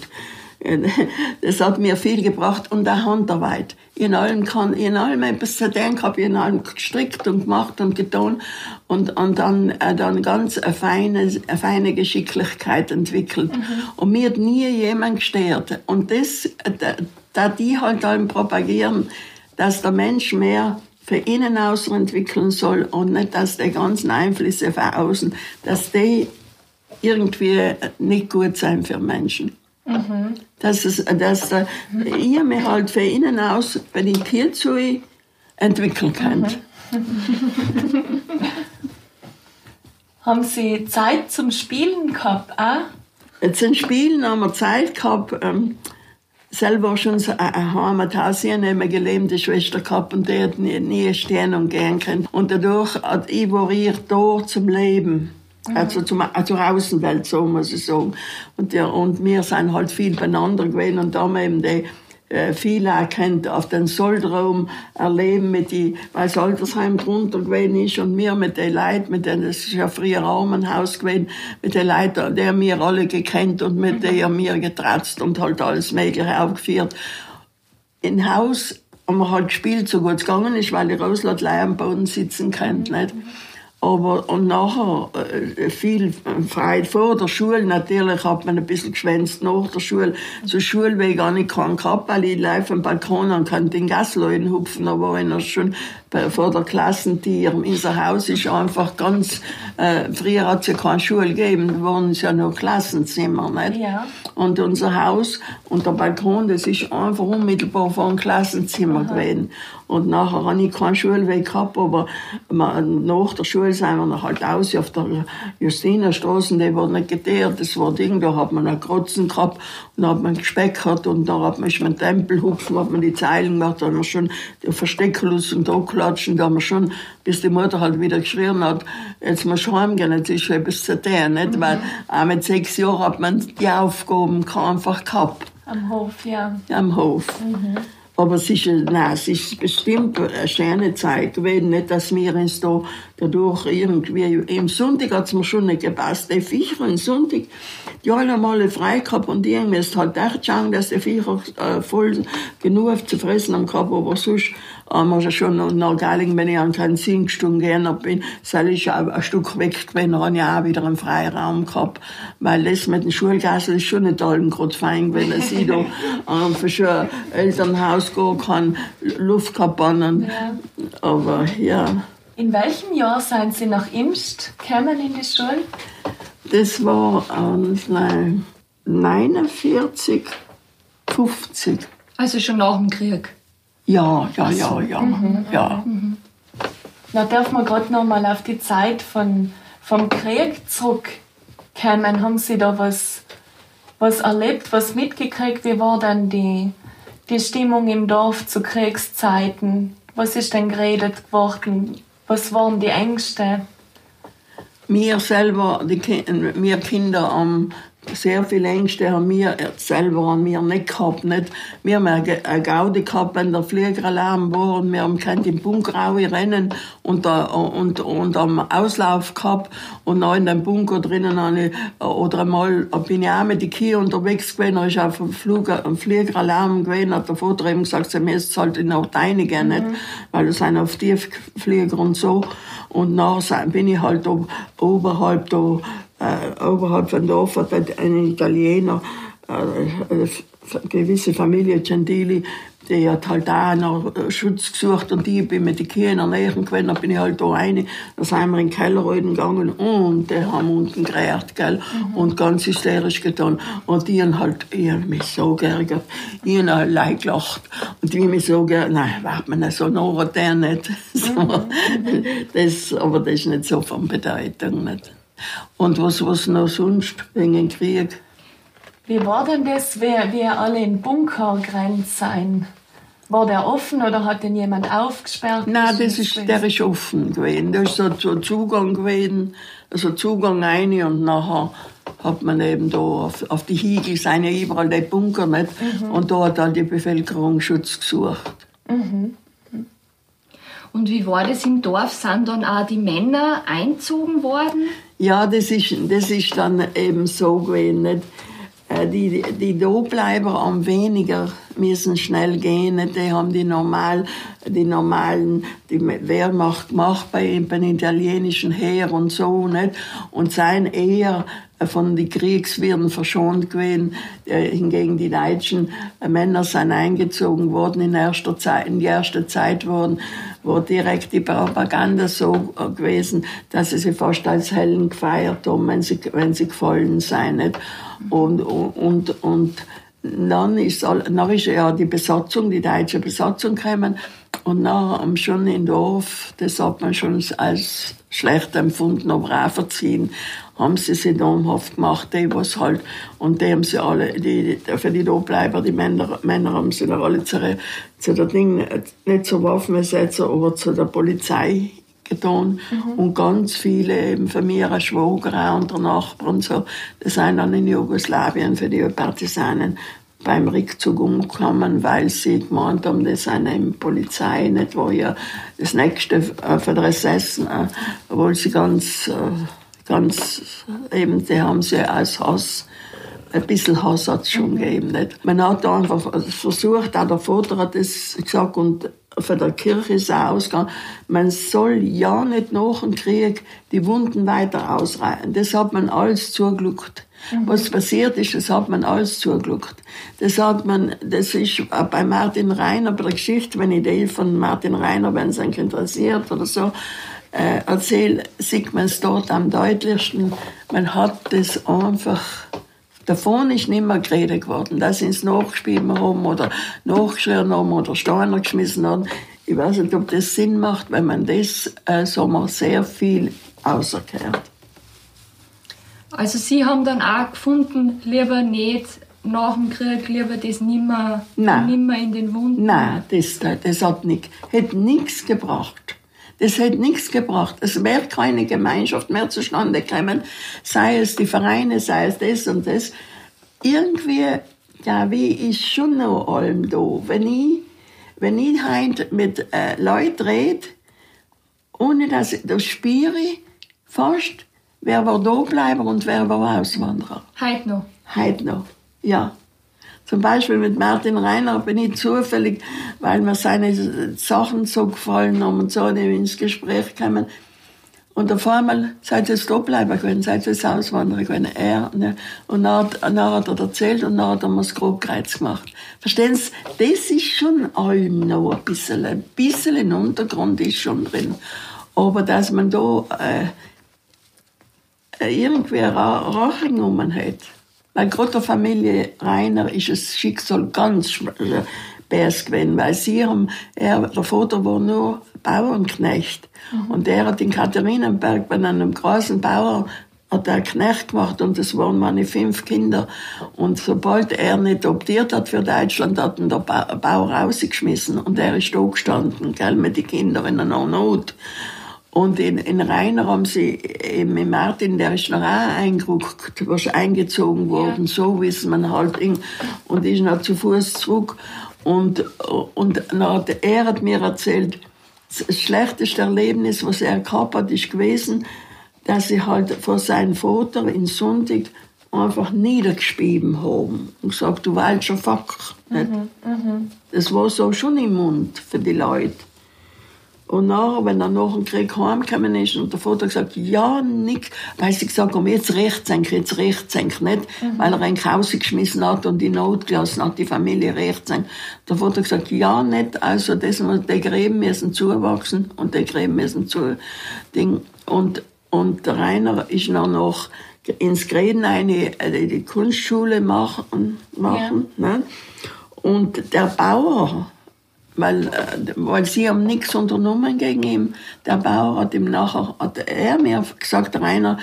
das hat mir viel gebracht und auch Handarbeit. In allem kann, in allem etwas zu denken, habe ich in allem gestrickt und gemacht und getan und, und dann, äh, dann ganz eine feine, eine feine Geschicklichkeit entwickelt. Mhm. Und mir hat nie jemand gestört. Und das, da, da die halt allem propagieren, dass der Mensch mehr für innen außen entwickeln soll und nicht, dass die ganzen Einflüsse von außen, dass die irgendwie nicht gut sein für Menschen. Mhm. Dass, es, dass äh, ihr mich halt von innen aus bei den Tierzui entwickeln könnt. Mhm. Haben Sie Zeit zum Spielen gehabt? Auch? Zum Spielen haben wir Zeit gehabt. Ähm, selber schon so eine Heimat, eine gelähmte Schwester gehabt und die hat nie, nie stehen und gehen können. Und dadurch hat ich variiert da zum Leben. Also zum, zur Außenwelt, so muss ich sagen. Und, ja, und wir sind halt viel beieinander gewesen und da haben wir eben die, äh, viele erkannt auf den Soldraum erleben, mit die, weil das Altersheim drunter gewesen ist und wir mit den Leuten, mit denen, das ist ja früher Armenhaus gewesen, mit den Leuten, die haben wir alle gekannt und mit denen haben wir getratzt und halt alles Mögliche aufgeführt. Im Haus haben wir halt gespielt, so gut es gegangen ist, weil die Roslattlei am Boden sitzen können, nicht? Aber, und nachher, äh, viel frei vor der Schule, natürlich hat man ein bisschen geschwänzt nach der Schule. So Schulweg gar nicht keinen gehabt, weil ich live am Balkon und kann den Gasleuten hupfen, da war ich noch schon bei, vor der Klassentier. Unser Haus ist einfach ganz, äh, früher hat es ja keine Schule gegeben, da waren es ja nur Klassenzimmer, nicht? Ja. Und unser Haus und der Balkon, das ist einfach unmittelbar vor dem Klassenzimmer Aha. gewesen. Und nachher habe ich keinen Schulweg gehabt, aber nach der Schule sind wir noch halt aus auf der Justinerstraße, die war nicht geteert, das war Ding, da hat man einen Krotzen gehabt und da hat man gespeckert und da hat man schon einen Tempel hupfen, hat man die Zeilen gemacht, da haben wir schon die Versteckerlust und da klatschen, da haben wir schon, bis die Mutter halt wieder geschrien hat, jetzt musst du heimgehen, jetzt ist schon etwas zu tun, nicht? Mhm. Weil auch mit sechs Jahren hat man die Aufgaben einfach gehabt. Am Hof, ja. Am Hof. Mhm. Aber es ist, nein, es ist bestimmt eine schöne Zeit gewesen. Nicht, dass wir uns da dadurch irgendwie, im Sonntag hat es mir schon nicht gepasst. Die Viecher im Sonntag, die alle mal frei gehabt und irgendwie ist halt echt schauen, dass die Viecher äh, voll genug zu fressen haben gehabt, aber sonst haben wir schon nach Galling, wenn ich an keinen Singstunden gegangen bin, soll ich auch ein Stück weg gewesen, dann habe ich auch wieder einen Freiraum gehabt, weil das mit dem Schulgassel ist schon nicht allem gerade fein gewesen, dass ich da ähm, für schon ein Elternhaus gehen kann, Luft gehabt haben. Ja. Aber ja. In welchem Jahr sind Sie nach Imst gekommen in die Schule? Das war ähm, neunundvierzig, fünfzig. Also schon nach dem Krieg? Ja, ja, ja, ja. Mhm, ja. Mhm. Da darf man gerade noch mal auf die Zeit von, vom Krieg zurückkommen. Haben Sie da was, was erlebt, was mitgekriegt? Wie war dann die, die Stimmung im Dorf zu Kriegszeiten? Was ist denn geredet worden? Was waren die Ängste? Wir selber, die Ki- wir Kinder haben sehr viele Ängste, haben wir selber haben wir nicht gehabt. Nicht. Wir haben eine Gaude gehabt, wenn der Fliegeralarm war und wir haben können im Bunker rennen und, und, und am Auslauf gehabt und noch in dem Bunker drinnen habe ich, oder einmal bin ich auch mit den Kindern unterwegs gewesen, da ist auf dem Flug ein Fliegeralarm gewesen, hat der Vater eben gesagt, sie müssen halt in die Teine gehen, nicht, mhm. weil das sind auf Tiefflieger und so. Und nachher bin ich halt ob, oberhalb da, äh, oberhalb von Dorf hat ein Italiener, äh, eine gewisse Familie Gentili, die hat halt auch noch Schutz gesucht und ich bin mit den Kindern näher gewesen, dann bin ich halt da rein, da sind wir in den Keller gegangen und die haben unten gerät, gell, mhm. und ganz hysterisch getan und die haben halt, ich hab mich so geärgert, ich hab halt leid gelacht und die mich so geärgert, nein, warte mal, so noch der nicht, so, mhm. das, aber das ist nicht so von Bedeutung, nicht. Und was, was noch sonst wegen dem Krieg? Wie war denn das, wie, wie alle in Bunker gerannt sein? War der offen oder hat den jemand aufgesperrt? Nein, das ist, der ist offen gewesen. Da ist so, so Zugang gewesen, also Zugang rein und nachher hat man eben da auf, auf die Hügel, sind ja überall die Bunker, nicht? Mhm. Und da hat dann die Bevölkerung Schutz gesucht. Mhm. Und wie war das im Dorf? Sind dann auch die Männer eingezogen worden? Ja, das ist, das ist dann eben so gewesen, nicht? Die, die Dobleiber haben weniger müssen schnell gehen, nicht? Die haben die normal, die normalen, die Wehrmacht gemacht bei, beim italienischen Heer und so, nicht? Und seien eher von den Kriegswirren verschont gewesen. Hingegen die deutschen Männer sind eingezogen worden in erster Zeit, in die erste Zeit wurden, war direkt die Propaganda so gewesen, dass sie sie fast als Helden gefeiert haben, wenn sie, wenn sie gefallen seien, nicht? Und, und, und dann ist, dann ist ja die Besatzung, die deutsche Besatzung gekommen und dann haben schon im Dorf, das hat man schon als schlecht empfunden, aber auch verziehen, haben sie sich domhaft gemacht, die was halt, und die haben sie alle, die, für die Dobleiber, die Männer, Männer haben sie dann alle zu, zu der Ding, nicht zur Waffenbesetzer, aber zu der Polizei getan. Mhm. Und ganz viele eben von mir, ein Schwager und der Nachbar und so, die sind dann in Jugoslawien für die Partisanen beim Rückzug umgekommen, weil sie gemeint haben, das sind eben Polizei, nicht, wo ja das nächste für die S S, obwohl sie ganz, ganz, eben, die haben sie als Hass ein bisschen Hass hat es schon gegeben. Nicht? Man hat einfach versucht, auch der Vater hat das gesagt, und von der Kirche ist auch ausgegangen, man soll ja nicht nach dem Krieg die Wunden weiter ausreißen. Das hat man alles zugeluckt. Mhm. Was passiert ist, das hat man alles zugeluckt. Das hat man, das ist bei Martin Rainer, bei der Geschichte, wenn ich die von Martin Rainer, wenn es euch interessiert oder so, äh, erzähle, sieht man es dort am deutlichsten. Man hat das einfach, davon ist nicht mehr geredet geworden, dass sie es nachgeschrieben haben oder nachgeschrieben haben oder Steine geschmissen haben. Ich weiß nicht, ob das Sinn macht, wenn man das, äh, sagen wir, sehr viel auserkehrt. Also Sie haben dann auch gefunden, lieber nicht nach dem Krieg, lieber das nimmer, nimmer in den Wunden? Nein, das, das hat nicht, hätte nichts gebracht. Das hätte nichts gebracht. Es wäre keine Gemeinschaft mehr zustande gekommen, sei es die Vereine, sei es das und das. Irgendwie, ja, wie ist schon noch allem da. Wenn ich, wenn ich heute mit äh, Leuten rede, ohne dass ich das spüre, fast, wer war da bleiben und wer war Auswanderer. Heute noch? Heute noch, ja. Zum Beispiel mit Martin Rainer bin ich zufällig, weil mir seine Sachen so gefallen haben und so, die ins Gespräch kamen. Und auf einmal, seid ihr da bleiben können, seid ihr auswandern können. Er, ne? Und dann, dann hat er erzählt und dann hat er mir das Grobkreuz gemacht. Verstehen Sie, das ist schon allem noch ein bisschen, ein bisschen im Untergrund ist schon drin. Aber dass man da äh, irgendwie eine Rache genommen hat. Weil gerade der Familie Rainer ist das Schicksal ganz bärs gewesen, weil sie haben, er, der Vater war nur Bauernknecht. Mhm. Und er hat in Katharinenberg bei einem großen Bauer hat er Knecht gemacht und es waren meine fünf Kinder. Und sobald er nicht optiert hat für Deutschland, hat ihn der Bauer rausgeschmissen und er ist da gestanden, gell, mit den Kindern in einer Not. Und in, in Rainer haben sie, eben mit Martin, der ist noch auch eingerückt, was eingezogen worden, ja. So wissen man halt, und ist noch zu Fuß zurück. Und, und dann hat, er hat mir erzählt, das schlechteste Erlebnis, was er gehabt hat, ist gewesen, dass sie halt vor seinem Vater in Sonntag einfach niedergeschrieben haben und gesagt, du falscher Fuck. Mhm, mhm. Das war so schon im Mund für die Leute. Und nachher, wenn er nach dem Krieg heimgekommen ist und der Vater gesagt, ja, nix, weil sie gesagt haben, jetzt Rechtsenk, jetzt Rechtsenk, nicht, mhm. weil er einen rausgeschmissen hat und in Not gelassen hat, die Familie Rechtsenk. Der Vater gesagt, ja, nicht, also das, die Gräben müssen zuwachsen und die Gräben müssen zu, Ding. Und, und der Rainer ist dann noch ins Gräden eine, die Kunstschule machen, machen, ja. Ne? Und der Bauer, Weil, weil sie haben nichts unternommen gegen ihn. Der Bauer hat ihm nachher, hat er mir gesagt, Rainer,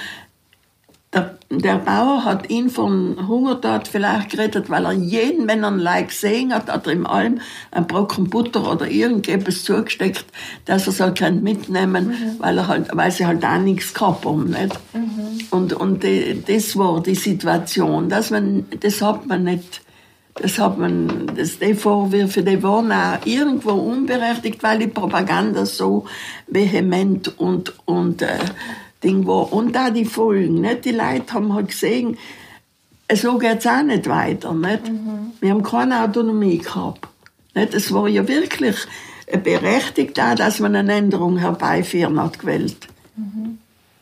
der, der Bauer hat ihn von Hungertod vielleicht gerettet, weil er jeden, wenn er einen Leid gesehen hat, hat er ihm allem einen Brocken Butter oder irgendetwas zugesteckt, dass er es halt mitnehmen kann, mhm. weil, er halt, weil sie halt auch nichts gehabt haben. Nicht? Mhm. Und, und die, das war die Situation. Dass man, das hat man nicht. Das hat man, das, die Vorwürfe, die waren auch irgendwo unberechtigt, weil die Propaganda so vehement und, und, äh, Ding war. Und da die Folgen, nicht? Die Leute haben halt gesehen, so geht's auch nicht weiter, nicht? Mhm. Wir haben keine Autonomie gehabt, nicht? Es war ja wirklich berechtigt auch, dass man eine Änderung herbeiführen hat gewählt. Mhm.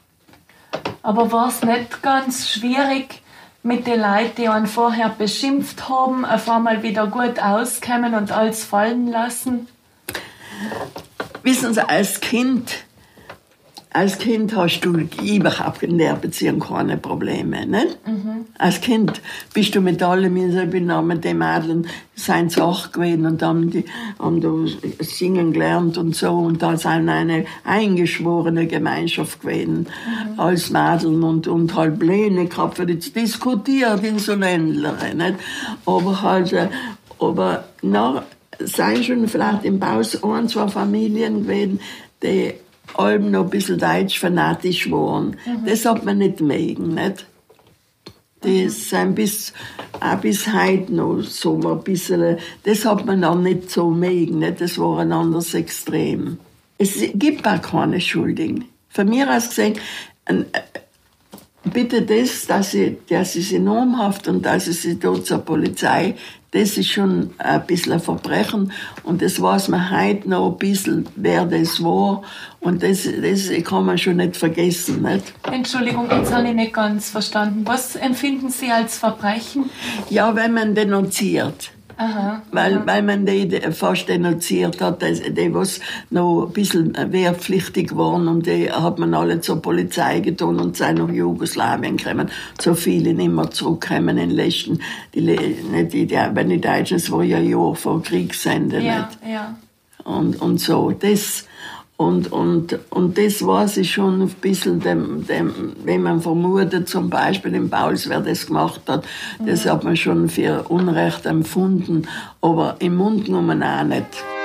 Aber war es nicht ganz schwierig, mit den Leuten, die einen vorher beschimpft haben, auf einmal wieder gut auskommen und alles fallen lassen? Wissen Sie, als Kind, als Kind hast du überhaupt in der Beziehung keine Probleme, nicht? Mhm. Als Kind bist du mit allem, ich bin auch mit den Mädeln, seien Sache gewesen und haben die, haben da singen gelernt und so und da sind eine eingeschworene Gemeinschaft gewesen, mhm. als Mädeln und, und halt Pläne gehabt, für die zu diskutieren in so Ländlern, nicht? Aber halt, aber, na, seien schon vielleicht im Baus ein, zwei Familien gewesen, die allem noch ein bisschen deutsch fanatisch waren. Mhm. Das hat man nicht mögen, nicht? Die mhm. sind bis, auch bis heute noch so ein bisschen, das hat man dann nicht so mögen, nicht? Das war ein anderes Extrem. Es gibt auch keine Schuldigen. Von mir aus gesehen, bitte das, dass sie, dass sie sie normhaft und dass sie sie dort zur Polizei, das ist schon ein bisschen ein Verbrechen. Und das weiß man heute noch ein bisschen, wer das war. Und das, das kann man schon nicht vergessen. Nicht? Entschuldigung, jetzt habe ich nicht ganz verstanden. Was empfinden Sie als Verbrechen? Ja, wenn man denunziert. Aha, weil, aha. weil man die fast denunziert hat, die, die was noch ein bisschen wehrpflichtig waren, und die hat man alle zur Polizei getan und sind nach Jugoslawien gekommen. So viele nicht mehr zurückgekommen in den letzten, die, nicht die, die, wenn die Deutschen, es war ja ein Jahr vor Kriegsende, Ja, nicht? ja. Und, und so, das, und, und, und das weiß ich schon ein bisschen, dem, dem, wenn man vermutet, zum Beispiel in Pauls, wer das gemacht hat, das hat man schon für Unrecht empfunden, aber im Mund genommen auch nicht.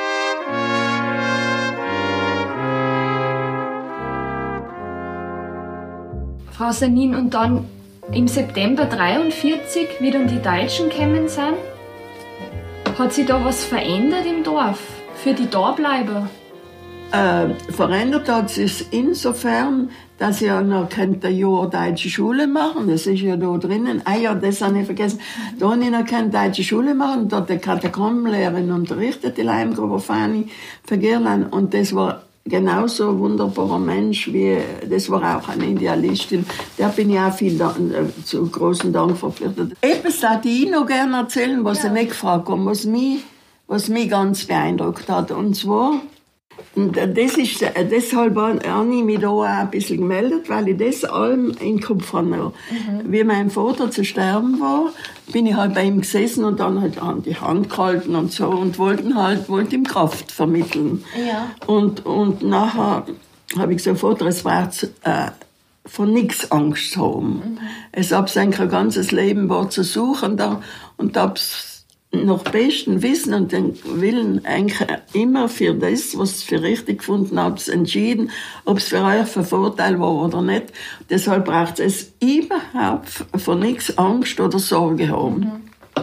Frau Sanin, und dann im September dreiundvierzig, wie dann die Deutschen gekommen sind, hat sich da was verändert im Dorf für die Dableiber? Äh, verändert hat sich insofern, dass ich ja noch ein Jahr deutsche Schule machen. Das ist ja da drinnen. Ah ja, das habe ich vergessen. Da habe ich noch keine deutsche Schule machen. Da hat die Katakombenlehrerin unterrichtet, die Leimgruber Fanny Vergirlan. Und das war genauso ein wunderbarer Mensch wie, das war auch eine Idealistin. Der bin ich auch viel da, äh, zu großen Dank verpflichtet. Etwas wollte ich noch gerne erzählen, was ja. ich nicht gefragt habe, was mich, was mich ganz beeindruckt hat. Und zwar, und das ist, deshalb habe ich mich da auch ein bisschen gemeldet, weil ich das allem im Kopf habe. Mhm. Wie mein Vater zu sterben war, bin ich halt bei ihm gesessen und dann halt an die Hand gehalten und so und wollten halt, wollte ihm Kraft vermitteln. Ja. Und, und nachher habe ich gesagt, Vater, es war äh, von nichts Angst haben. Mhm. Es hat sein ganzes Leben war zu suchen da, und hab's nach bestem Wissen und den Willen eigentlich immer für das, was ich für richtig gefunden habe, entschieden, ob es für euch von Vorteil war oder nicht. Deshalb braucht es überhaupt von nichts Angst oder Sorge haben. Mhm.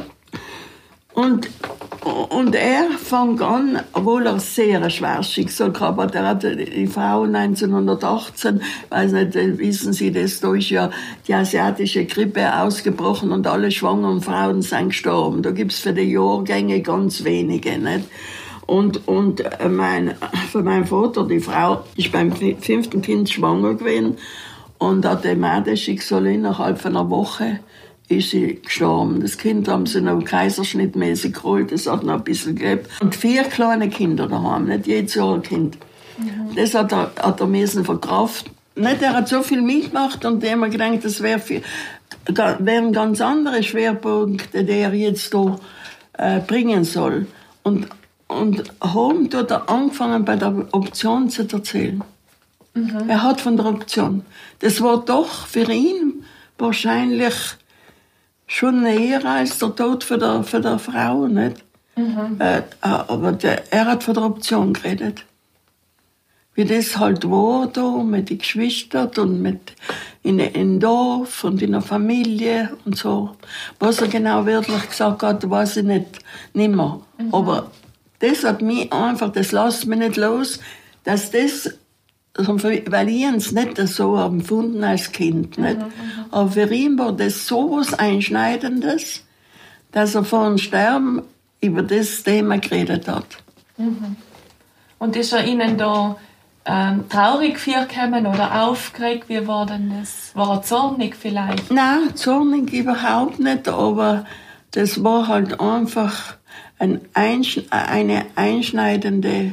Und, und er fängt an, obwohl er sehr ein schweres Schicksal gehabt hat. Er hat die Frau neunzehnhundertachtzehn, weiß nicht, wissen Sie, das, da ist ja die asiatische Grippe ausgebrochen und alle schwangeren Frauen sind gestorben. Da gibt's für die Jahrgänge ganz wenige, nicht? Und, und mein, für meinen Vater, die Frau, ist beim fünften Kind schwanger gewesen und hatte auch das Schicksal innerhalb von einer Woche ist sie gestorben. Das Kind haben sie noch kaiserschnittmäßig geholt, das hat noch ein bisschen gelebt. Und vier kleine Kinder daheim, nicht jedes Jahr ein Kind. Mhm. Das hat er, hat er müssen verkraften. Nicht, er hat so viel mitgemacht und er hat mir gedacht, das wäre wären ganz andere Schwerpunkte, die er jetzt da äh, bringen soll. Und, und haben tut er angefangen, bei der Option zu erzählen. Mhm. Er hat von der Option. Das war doch für ihn wahrscheinlich schon näher als der Tod für der, für der Frau, nicht? Mhm. Äh, aber der, er hat von der Option geredet. Wie das halt war da, mit den Geschwistern und mit in, in Dorf und in der Familie und so. Was er genau wirklich gesagt hat, weiß ich nicht, nicht mehr. Mhm. Aber das hat mich einfach, das lässt mich nicht los, dass das, weil ich es nicht so empfunden als Kind, nicht? Mhm, aber für ihn war das so was Einschneidendes, dass er vor dem Sterben über das Thema geredet hat. Mhm. Und ist er Ihnen da ähm, traurig vorgekommen oder aufgeregt? Wie war denn das? War er zornig vielleicht? Nein, zornig überhaupt nicht, aber das war halt einfach ein Einsch- eine einschneidende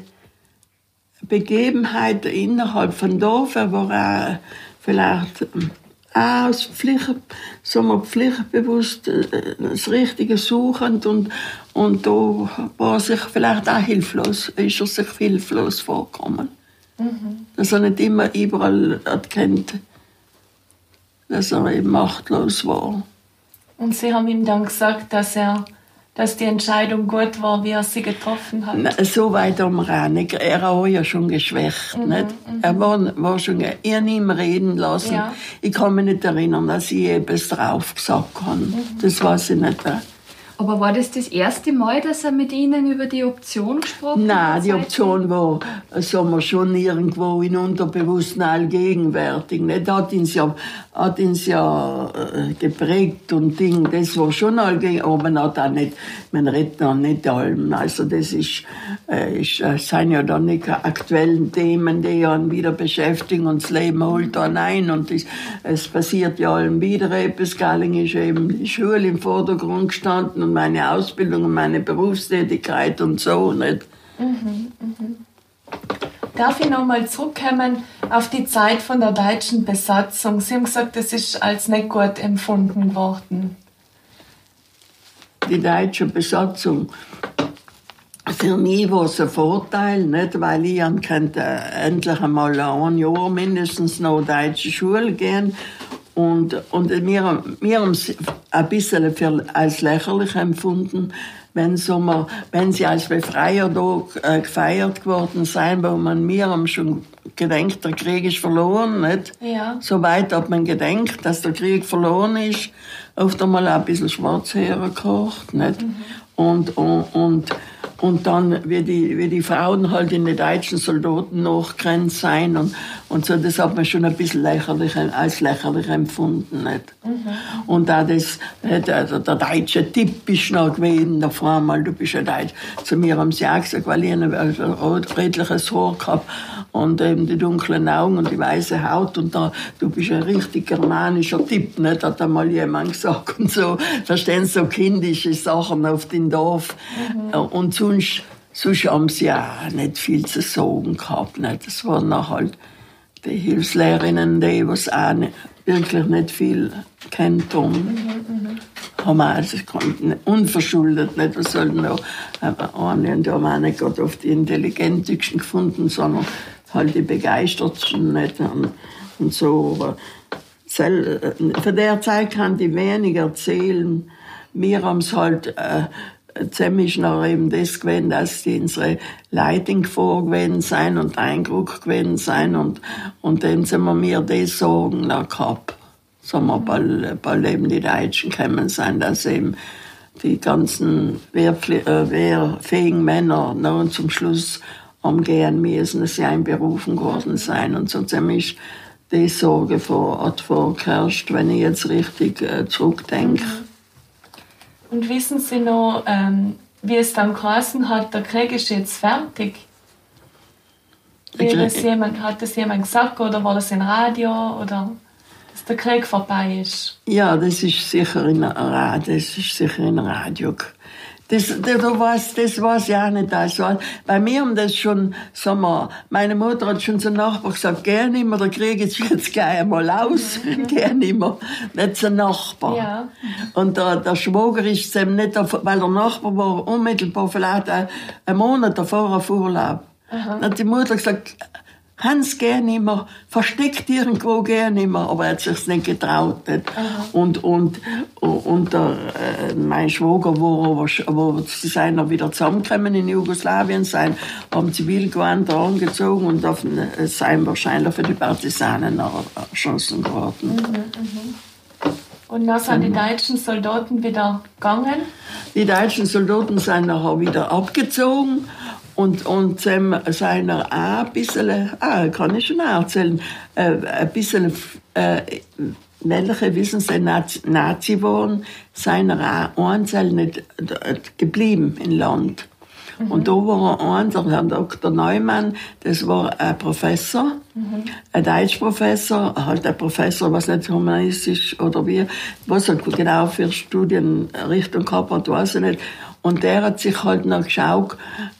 Begebenheit innerhalb von Dorf. Er war auch vielleicht auch aus Pflicht, sagen wir, pflichtbewusst das Richtige suchend und, und da war er sich vielleicht auch hilflos, ist er sich hilflos vorgekommen. Mhm. Dass er nicht immer überall erkennt, dass er eben machtlos war. Und Sie haben ihm dann gesagt, dass er dass die Entscheidung gut war, wie er sie getroffen hat? Na, so weit haben wir auch nicht. Er war ja schon geschwächt. Mhm, nicht? Mhm. Er war, war schon, er nie mehr reden lassen. Ja. Ich kann mich nicht erinnern, dass ich etwas drauf gesagt habe. Mhm. Das weiß ich nicht. Aber war das das erste Mal, dass er mit Ihnen über die Option gesprochen hat? Nein, die Option war, sagen wir, schon irgendwo in Unterbewusstsein allgegenwärtig. Nicht? Hat uns ja, hat uns ja äh, geprägt und Ding, das war schon allgegenwärtig, aber man hat auch nicht, man redet noch nicht allem. Also das ist, äh, ist, äh, sind ja dann nicht aktuellen Themen, die einen wieder beschäftigen und das Leben holt dann ein und das, es passiert ja allem wieder etwas. Galling ist eben die Schule im Vordergrund gestanden und meine Ausbildung und meine Berufstätigkeit und so. Nicht? Mhm, mhm. Darf ich noch mal zurückkommen auf die Zeit von der deutschen Besatzung? Sie haben gesagt, das ist als nicht gut empfunden worden. Die deutsche Besatzung, für mich war es ein Vorteil, nicht? Weil ich könnte endlich einmal ein Jahr mindestens noch deutsche Schule gehen. Und, und wir, wir haben es ein bisschen für, als lächerlich empfunden, wenn, so mal, wenn sie als Befreier da äh, gefeiert geworden sind, wo man, wir haben schon gedacht, der Krieg ist verloren, nicht? Ja. So weit hat man gedacht, dass der Krieg verloren ist, oft einmal ein bisschen schwarz hergekocht, nicht? Mhm. Und, und, und, und dann, wie die, wie die Frauen halt in den deutschen Soldaten nachgerannt sein und, und so, das hat man schon ein bisschen lächerlich, als lächerlich empfunden, nicht? Mhm. Und auch das, der, der, der deutsche Tipp ist noch gewesen, da vor einmal, du bist ja Deutsch. Zu mir haben sie auch gesagt, weil ich ein redliches Haar gehabt und eben die dunklen Augen und die weiße Haut und da, du bist ein richtig germanischer Tipp, nicht? Hat einmal jemand gesagt und so. Da stehen so kindische Sachen auf dem Dorf. Mhm. Und sonst, sonst haben sie auch nicht viel zu sagen gehabt, nicht? Das waren auch halt die Hilfslehrerinnen, die was auch nicht, wirklich nicht viel kennt haben. Mhm, haben auch, also unverschuldet, nicht? Was sollten noch, eine, und die haben auch nicht gerade oft die intelligentesten gefunden, sondern halt die begeistertsten, nicht? Und, und so, aber von der Zeit kann ich wenig erzählen. Wir haben es halt, äh, ziemlich noch eben das gewesen, dass die unsere Leute in Gefahr gewesen sein und Eindruck gewesen sein und, und dann sind wir mir das Sorgen noch gehabt. Sagen wir, bald, bald eben die Deutschen gekommen sein, dass eben die ganzen wehrpfli- äh, wehrfähigen Männer noch zum Schluss umgehen müssen, dass sie einberufen worden sein und so ziemlich die Sorge vor, hat vorgeherrscht, wenn ich jetzt richtig äh, zurückdenke. Und wissen Sie noch, ähm, wie es dann geheißen hat, der Krieg ist jetzt fertig? Wie das jemand, hat das jemand gesagt oder war das im Radio oder dass der Krieg vorbei ist? Ja, das ist sicher in Radio. Das ist sicher in Radio. Das, das, das, das weiß ich auch nicht. Also, bei mir haben das schon, sagen wir, meine Mutter hat schon zum Nachbar gesagt, geh nicht mehr, der Krieg ist jetzt gleich einmal aus, geh nicht mehr. Nicht zum Nachbar. Ja. Und der, der Schwager ist eben nicht, weil der Nachbar war unmittelbar vielleicht einen Monat davor auf Urlaub. Aha. Dann hat die Mutter gesagt, Hans, geh nicht mehr, versteckt irgendwo, geh nicht mehr, aber er hat sich's nicht getraut. Nicht? Und, und, und der, äh, mein Schwager, wo, wo sie sind noch wieder zusammengekommen in Jugoslawien, sein, haben Zivilgewand angezogen und auf, äh, seien wahrscheinlich für die Partisanen erschossen geworden. Mhm, mhm. Und dann sind die deutschen Soldaten wieder gegangen? Die deutschen Soldaten sind nachher wieder abgezogen. Und, und ähm, seiner auch ein bisschen, ah, kann ich schon auch erzählen, äh, ein bisschen, äh, welche wissen Sie, Nazi, Nazi waren, seiner auch einzeln nicht äh, geblieben im Land. Mhm. Und da war ein, der Herr Doktor Neumann, das war ein Professor, mhm. ein Deutschprofessor, halt ein Professor, was nicht humanistisch oder wie, was er genau für Studienrichtung gehabt hat, weiß ich nicht. Und der hat sich halt noch geschaut,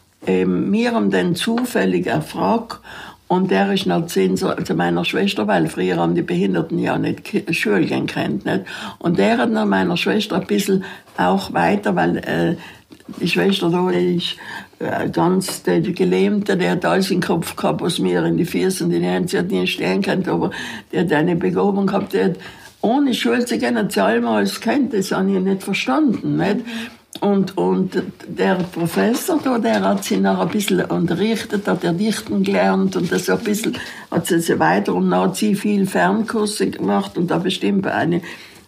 Ähm, wir haben den zufällig erfragt und der ist noch zehn zu meiner Schwester, weil früher haben die Behinderten ja nicht Schule gehen können, nicht? Und der hat noch meiner Schwester ein bisschen auch weiter, weil äh, die Schwester da ist äh, ganz, die, die Gelähmte, die hat alles im Kopf gehabt, was mir in die Füße und in die Hände, sie hat nie stehen können, aber die hat eine Begabung gehabt, die hat ohne Schule zu gehen, hat sie allemal alles kennt, das habe ich nicht verstanden, nicht? Und, und der Professor da, der hat sie noch ein bisschen unterrichtet, hat er dichten gelernt und das ein bisschen, hat sie weiter und dann hat sie viel Fernkurse gemacht und da bestimmt eine,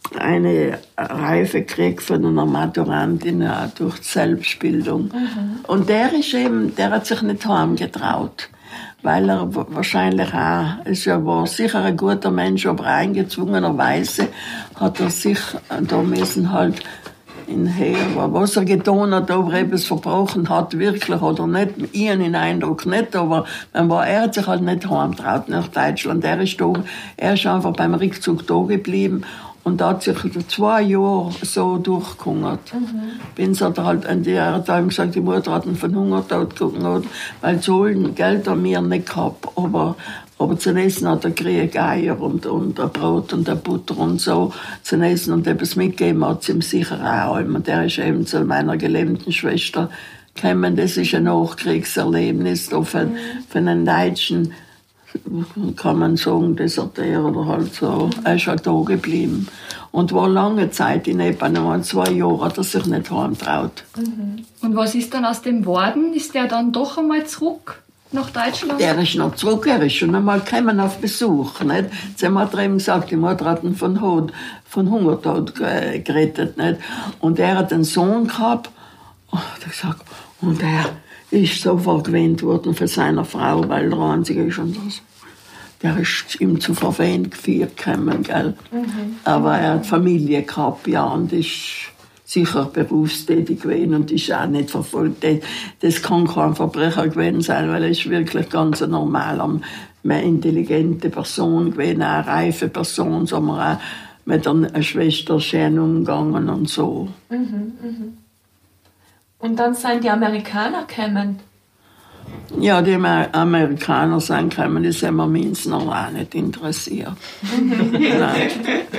eine Reife gekriegt von einer Maturantin auch durch die Selbstbildung. Mhm. Und der ist eben, der hat sich nicht heimgetraut. Weil er wahrscheinlich auch, ist ja war sicher ein guter Mensch, aber eingezwungenerweise hat er sich da müssen halt in her, was er getan hat, ob er etwas verbrochen hat, wirklich oder nicht. Ich habe den Eindruck nicht, aber man war, er hat sich halt nicht heimgetraut nach Deutschland. Er ist, da, er ist einfach beim Rückzug da geblieben und hat sich zwei Jahre so durchgehungert. Mhm. Bin hat er halt, und er hat ihm gesagt, die Mutter hat ihn von Hungertod gehabt, weil so viel Geld haben wir nicht gehabt, aber Aber zu essen hat er gekriegt Eier und, und ein Brot und ein Butter und so zu essen und etwas mitgegeben hat sie ihm sicher auch. Und der ist eben zu meiner gelähmten Schwester gekommen. Das ist ein Nachkriegserlebnis da für, für einen Deutschen, kann man sagen, Deserteur oder halt so. Er ist halt da geblieben. Und war lange Zeit in Epan, zwei Jahre hat er sich nicht heimgetraut. Mhm. Und was ist dann aus dem geworden? Ist der dann doch einmal zurück? Nach Deutschland? Der ist noch zurück, er ist schon einmal gekommen auf Besuch. Nicht? Jetzt hat er ihm gesagt, die Mutter hat ihn von, Hod, von Hungertod gerettet. Nicht? Und er hat einen Sohn gehabt. Oh, der gesagt, und er ist so verwöhnt worden von seiner Frau, weil der Einzige ist. Und das. Der ist ihm zu verwöhnt gekommen. Gell? Mhm. Aber er hat Familie gehabt, ja, und ist sicher berufstätig gewesen und ist auch nicht verfolgt. Das kann kein Verbrecher gewesen sein, weil er ist wirklich ganz ein normaler, eine intelligente Person gewesen, eine reife Person, so wir auch mit einer Schwester schön umgegangen und so. Mhm, mhm. Und dann sind die Amerikaner gekommen? Ja, die Amerikaner sind gekommen, das haben wir uns noch auch nicht interessiert. Nein.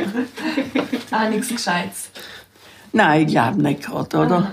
Auch nichts Gescheites. Nein, ich glaube nicht gerade, oder?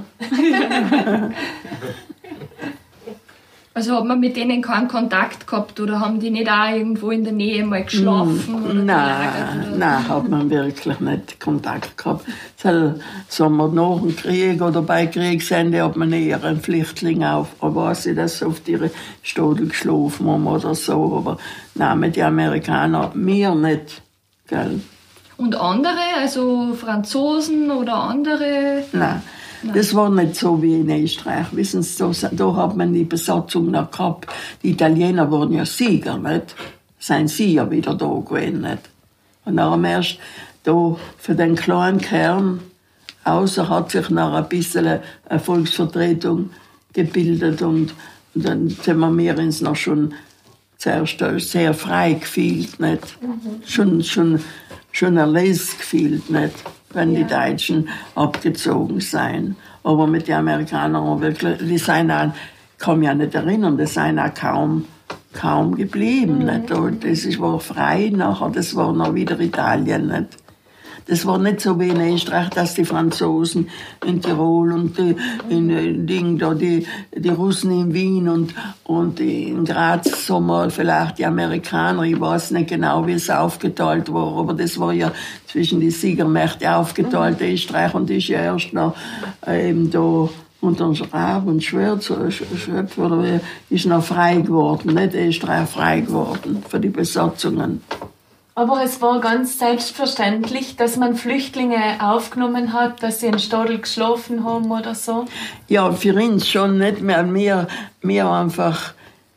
Also hat man mit denen keinen Kontakt gehabt oder haben die nicht auch irgendwo in der Nähe mal geschlafen? Mm, oder nein, oder? Nein, hat man wirklich nicht Kontakt gehabt. Sagen wir, nach dem Krieg oder bei Kriegsende hat man eher einen Flüchtling auf, aber sie das auf ihre Stadel geschlafen haben oder so. Aber nein, mit den Amerikanern, wir nicht, gell? Und andere, also Franzosen oder andere? Nein, Nein, das war nicht so wie in Österreich. Wissen Sie, da, da hat man die Besatzung noch gehabt. Die Italiener waren ja Sieger, nicht? Seien sie ja wieder da gewesen, nicht? Und dann erst da für den kleinen Kern, außer hat sich noch ein bisschen eine Volksvertretung gebildet und, und dann sind wir uns noch schon zuerst sehr frei gefühlt, nicht? Mhm. Schon, schon, schon erlesen gefühlt, nicht? Wenn ja. die Deutschen abgezogen seien. Aber mit den Amerikanern wirklich, die seien auch, ich kann mich auch nicht erinnern, die seien auch kaum, kaum geblieben, mhm. nicht? Und das war frei nachher, das war noch wieder Italien, nicht? Das war nicht so wie in Österreich, dass die Franzosen in Tirol und die, in, in Ding, da, die, die Russen in Wien und, und in Graz, so mal vielleicht die Amerikaner, ich weiß nicht genau, wie es aufgeteilt war, aber das war ja zwischen die Siegermächte aufgeteilt, mhm. Österreich, und ist ja erst noch eben da unter Schraub und Schwert, Schwert oder ist noch frei geworden, nicht Österreich frei geworden für die Besatzungen. Aber es war ganz selbstverständlich, dass man Flüchtlinge aufgenommen hat, dass sie in Stadel geschlafen haben oder so? Ja, für uns schon nicht mehr. Wir, wir einfach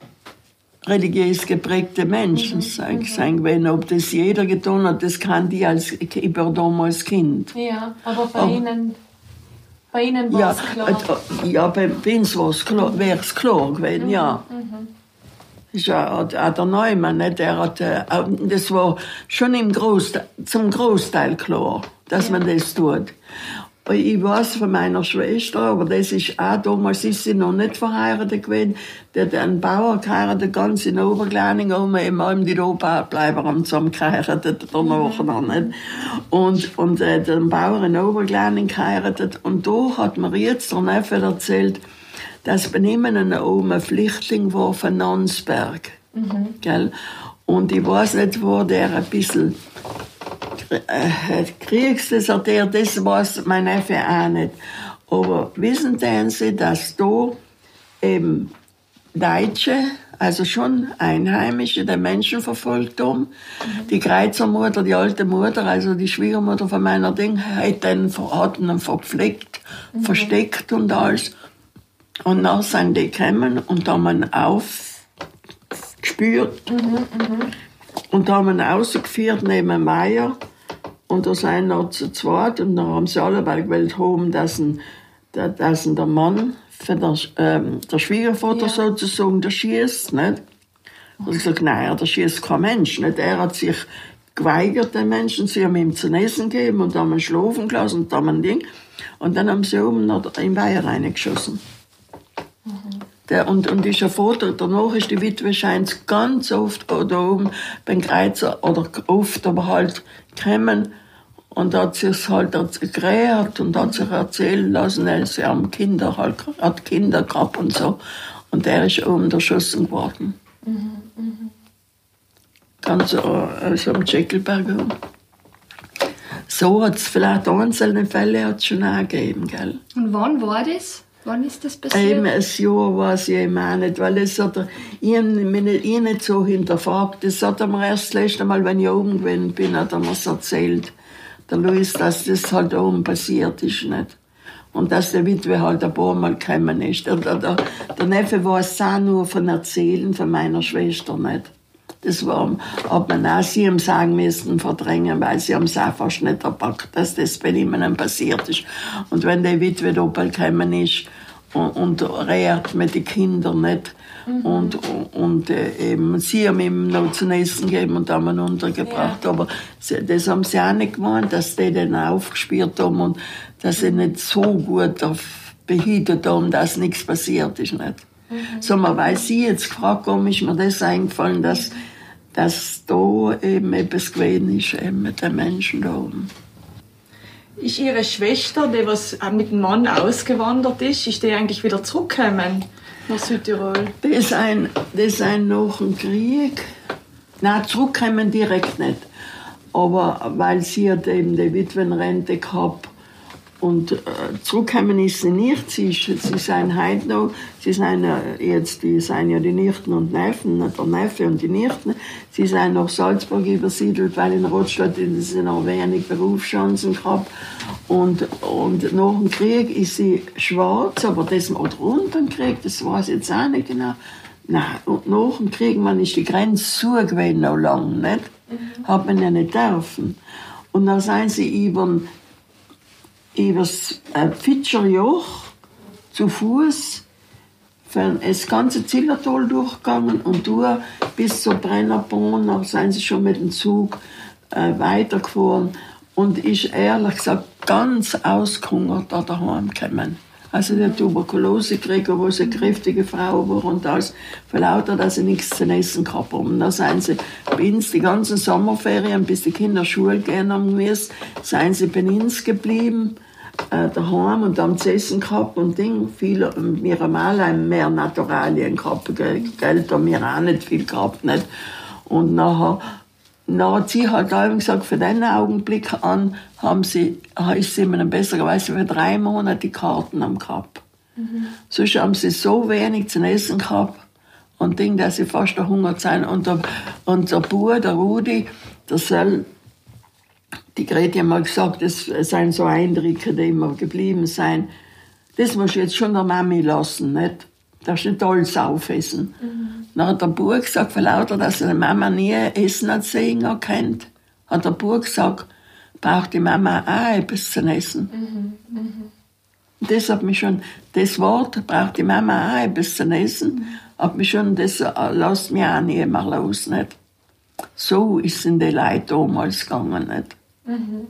religiös geprägte Menschen mhm. sein gewesen. Ob das jeder getan hat, das kann die als, ich war damals Kind. Ja, aber bei aber, Ihnen... Bei Ihnen war ja, es klar? Ja, bei, bei uns war es klar, wäre es klar gewesen, mhm. ja. Mhm. Das ist ja auch der Neumann, nicht? Der hat, das war schon im Großteil, zum Großteil klar, dass man das tut. Ich weiß von meiner Schwester, aber das ist auch, damals ist sie noch nicht verheiratet gewesen, der hat einen Bauer geheiratet, ganz in Obergleining, und eben allem die Bleiber haben zusammen geheiratet, danach noch nicht. Und, und äh, den Bauer in Obergleining geheiratet, und da hat mir jetzt der Neffe erzählt, dass bei ihm oben ein Flüchtling war von Nonsberg. Mhm. Gell? Und ich weiß nicht, wo der ein bisschen äh, Kriegsdeserteur, das weiß mein Neffe auch nicht. Aber wissen Sie, dass da eben Deutsche also schon Einheimische, die Menschen verfolgt haben. Mhm. Die Kreuzermutter, die alte Mutter, also die Schwiegermutter von meiner Ding, hat ihn, hat ihn verpflegt, mhm. versteckt und alles. Und dann sind die gekommen und haben ihn aufgespürt. Mhm, mh. Und haben ihn rausgeführt neben dem Meier. Und da sind noch zu zweit. Und dann haben sie alle gewählt haben, dass ein, dass ein der Mann für der, ähm, der Schwiegervater ja. sozusagen der schießt. Nicht? Und ich gesagt, nein, der schießt kein Mensch. Nicht? Er hat sich geweigert, den Menschen. Sie haben ihm zu essen gegeben und haben ihn schlafen gelassen und haben ein Ding. Und dann haben sie oben noch in den Weiher reingeschossen. Mhm. Der, und, und ist ein Vater, danach ist die Witwe scheint ganz oft da oben beim Kreuzer, oder oft, aber halt gekommen und hat sich halt gerät und hat sich erzählen lassen, sie haben Kinder, halt, hat Kinder gehabt und so. Und der ist oben erschossen geworden. Mhm, mh. Ganz also am Tscheckelberg oben. So hat es vielleicht einzelne Fälle hat's schon auch gegeben, gell? Und wann war das? Wann ist das passiert? Eben ein Jahr weiß ich eben auch nicht, weil das hat er, ich habe mich nicht so hinterfragt. Das hat er mir erst das letzte Mal, wenn ich oben gewesen bin, hat er mir erzählt, der Luis, dass das halt oben passiert ist, nicht? Und dass der Witwe halt ein paar Mal gekommen ist. Der, der, der, der Neffe war es auch nur von Erzählen von meiner Schwester, nicht? Das war, hat man auch sie ihm sagen müssen, verdrängen, weil sie haben es auch fast nicht erpackt, dass das bei ihnen passiert ist. Und wenn die Witwe doppelt gekommen ist und, und rehrt mit den Kindern nicht, mhm. und, und äh, eben, sie haben ihm noch zu essen gegeben und haben ihn untergebracht. Ja. Aber sie, das haben sie auch nicht gemeint, dass die den aufgespürt haben und dass sie nicht so gut auf behütet haben, dass nichts passiert ist. Nicht? Mhm. So, man weiß, sie jetzt gefragt haben, ist mir das eingefallen, dass, dass da eben etwas gewesen ist, eben mit den Menschen da oben. Ist Ihre Schwester, die was mit dem Mann ausgewandert ist, ist die eigentlich wieder zurückgekommen nach Südtirol? Die sind, die sind nach dem Krieg, nein, zurückgekommen direkt nicht. Aber weil sie hat eben die Witwenrente gehabt. Und äh, zurückgekommen ist sie nicht. Sie, ist, sie sind heute noch, sie sind ja jetzt, die sind ja die Nichten und Neffen, der Neffe und die Nichten. Sie sind nach Salzburg übersiedelt, weil in Rotstadt sie noch wenig Berufschancen gehabt. Und, und nach dem Krieg ist sie schwarz, aber das oder unter dem Krieg, das weiß ich jetzt auch nicht genau. Nein, und nach dem Krieg, man ist die Grenze zu gewesen noch lang, nicht? Mhm. Hat man ja nicht dürfen. Und dann sind sie über über das Pfitscherjoch zu Fuß das ganze Zillertal durchgegangen und durch bis zur Brennerbahn. Da sind sie schon mit dem Zug äh, weitergefahren und ist ehrlich gesagt ganz ausgehungert da daheim gekommen. Also die Tuberkulose gekriegt, wo sie eine kräftige Frau war und alles, für lauter, dass sie nichts zu essen gehabt haben. Da sind sie bei uns die ganzen Sommerferien, bis die Kinder Schule gehen haben müssen, sind sie bei uns geblieben, äh, daheim und haben zu essen gehabt und Ding. Viele, wir haben alle mehr Naturalien gehabt, Geld haben wir auch nicht viel gehabt, nicht? Und nachher, Dann hat sie halt auch gesagt, für den Augenblick an haben sie, ist sie ihnen besserweise für drei Monate die Karten am gehabt. Mhm. Sonst haben sie so wenig zu essen gehabt und Ding, dass sie fast verhungert sind. Und der, und der Bub, der Rudi, der soll, die Grete hat mal gesagt, das sind so Eindrücke, die immer geblieben sind. Das musst du jetzt schon der Mami lassen, nicht? Das ist nicht alles aufessen. Mhm. Dann hat der Bub gesagt, für lauter, dass seine Mama nie Essen hat sehen kennt, hat der Bub gesagt, braucht die Mama auch etwas zu essen. Mhm. Mhm. Das hat mich schon, das Wort, braucht die Mama auch etwas zu essen, mhm. hat mich schon, das lässt mich auch nie mehr los, nicht? So ist es in die Leute damals gegangen, nicht? Mhm.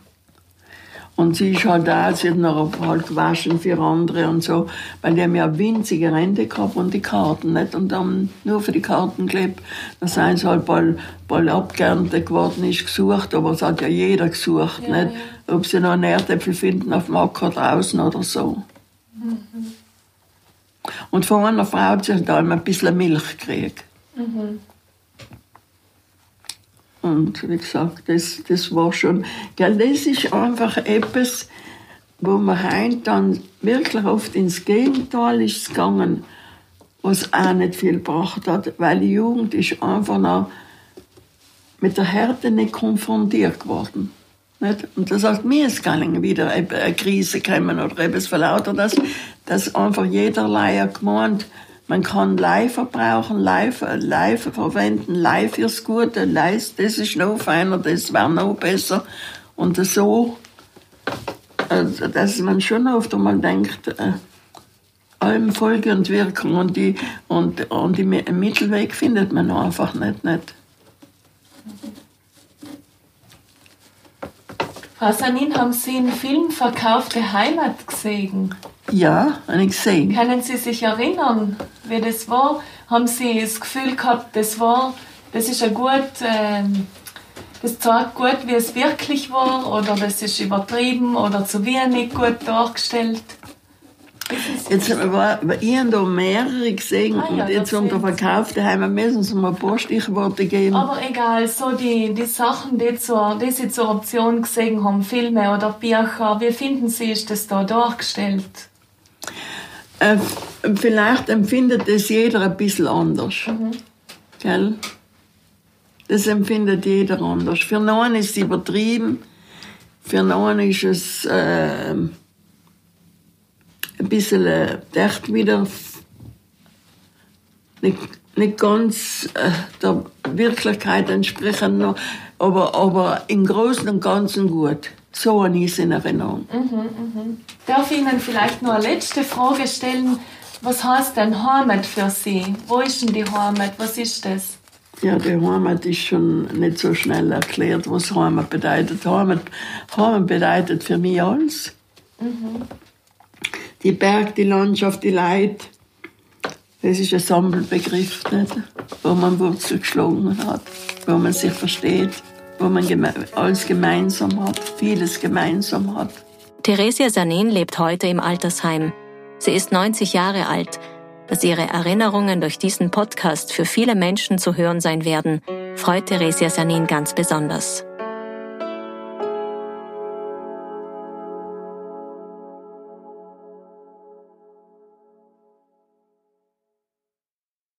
Und sie ist halt auch, sie hat noch halt gewaschen für andere und so, weil die haben ja winzige Rente gehabt und die Karten nicht und haben nur für die Karten gelebt. Da sind sie halt bald, bald abgeerntet geworden, ist gesucht, aber es hat ja jeder gesucht, ja, nicht? Ja. Ob sie noch einen Erdäpfel finden auf dem Acker draußen oder so. Mhm. Und von einer Frau hat sie halt ein bisschen Milch gekriegt. Mhm. Und wie gesagt, das, das war schon, gell, das ist einfach etwas, wo man heim dann wirklich oft ins Gegenteil ist gegangen, was auch nicht viel gebracht hat, weil die Jugend ist einfach noch mit der Härte nicht konfrontiert geworden. Nicht? Und das heißt, mir ist gar nicht wieder eine Krise kommen oder etwas von lauter, dass, dass einfach jederlei hat gemeint, man kann live verbrauchen, live, live verwenden, live ist gut, live, das ist noch feiner, das wäre noch besser. Und so, dass man schon oft einmal denkt, allem Folge und Wirkung und die, und, und die Mittelweg findet man einfach nicht. nicht. Frau Sanin, haben Sie einen Film «Verkaufte Heimat» gesehen? Ja, habe ich gesehen. Können Sie sich erinnern, wie das war? Haben Sie das Gefühl gehabt, das war, das ist ein gut, ähm, das zeigt gut, wie es wirklich war, oder das ist übertrieben oder zu wenig gut dargestellt? Jetzt war, ich habe da mehrere gesehen ah, ja, und jetzt unter «Verkaufte Heimat» müssen Sie mir ein paar Stichworte geben. Aber egal, so die, die Sachen, die, zur, die Sie zur Option gesehen haben, Filme oder Bücher, wie finden Sie, ist das da dargestellt? Äh, vielleicht empfindet das jeder ein bisschen anders. Mhm. Gell? Das empfindet jeder anders. Für einen ist es übertrieben, für einen ist es äh, ein bisschen äh, echt wieder nicht, nicht ganz äh, der Wirklichkeit entsprechend, noch, aber, aber im Großen und Ganzen gut. So habe ich es in Erinnerung. Mhm, mhm. Darf ich Ihnen vielleicht noch eine letzte Frage stellen? Was heißt denn Heimat für Sie? Wo ist denn die Heimat? Was ist das? Ja, die Heimat ist schon nicht so schnell erklärt, was Heimat bedeutet. Heimat, Heimat bedeutet für mich alles. Mhm. Die Berg, die Landschaft, die Leute, das ist ein Sammelbegriff, nicht? Wo man Wurzel geschlagen hat, wo man sich versteht, wo man geme- alles gemeinsam hat, vieles gemeinsam hat. Theresia Sanin lebt heute im Altersheim. Sie ist neunzig Jahre alt. Dass ihre Erinnerungen durch diesen Podcast für viele Menschen zu hören sein werden, freut Theresia Sanin ganz besonders.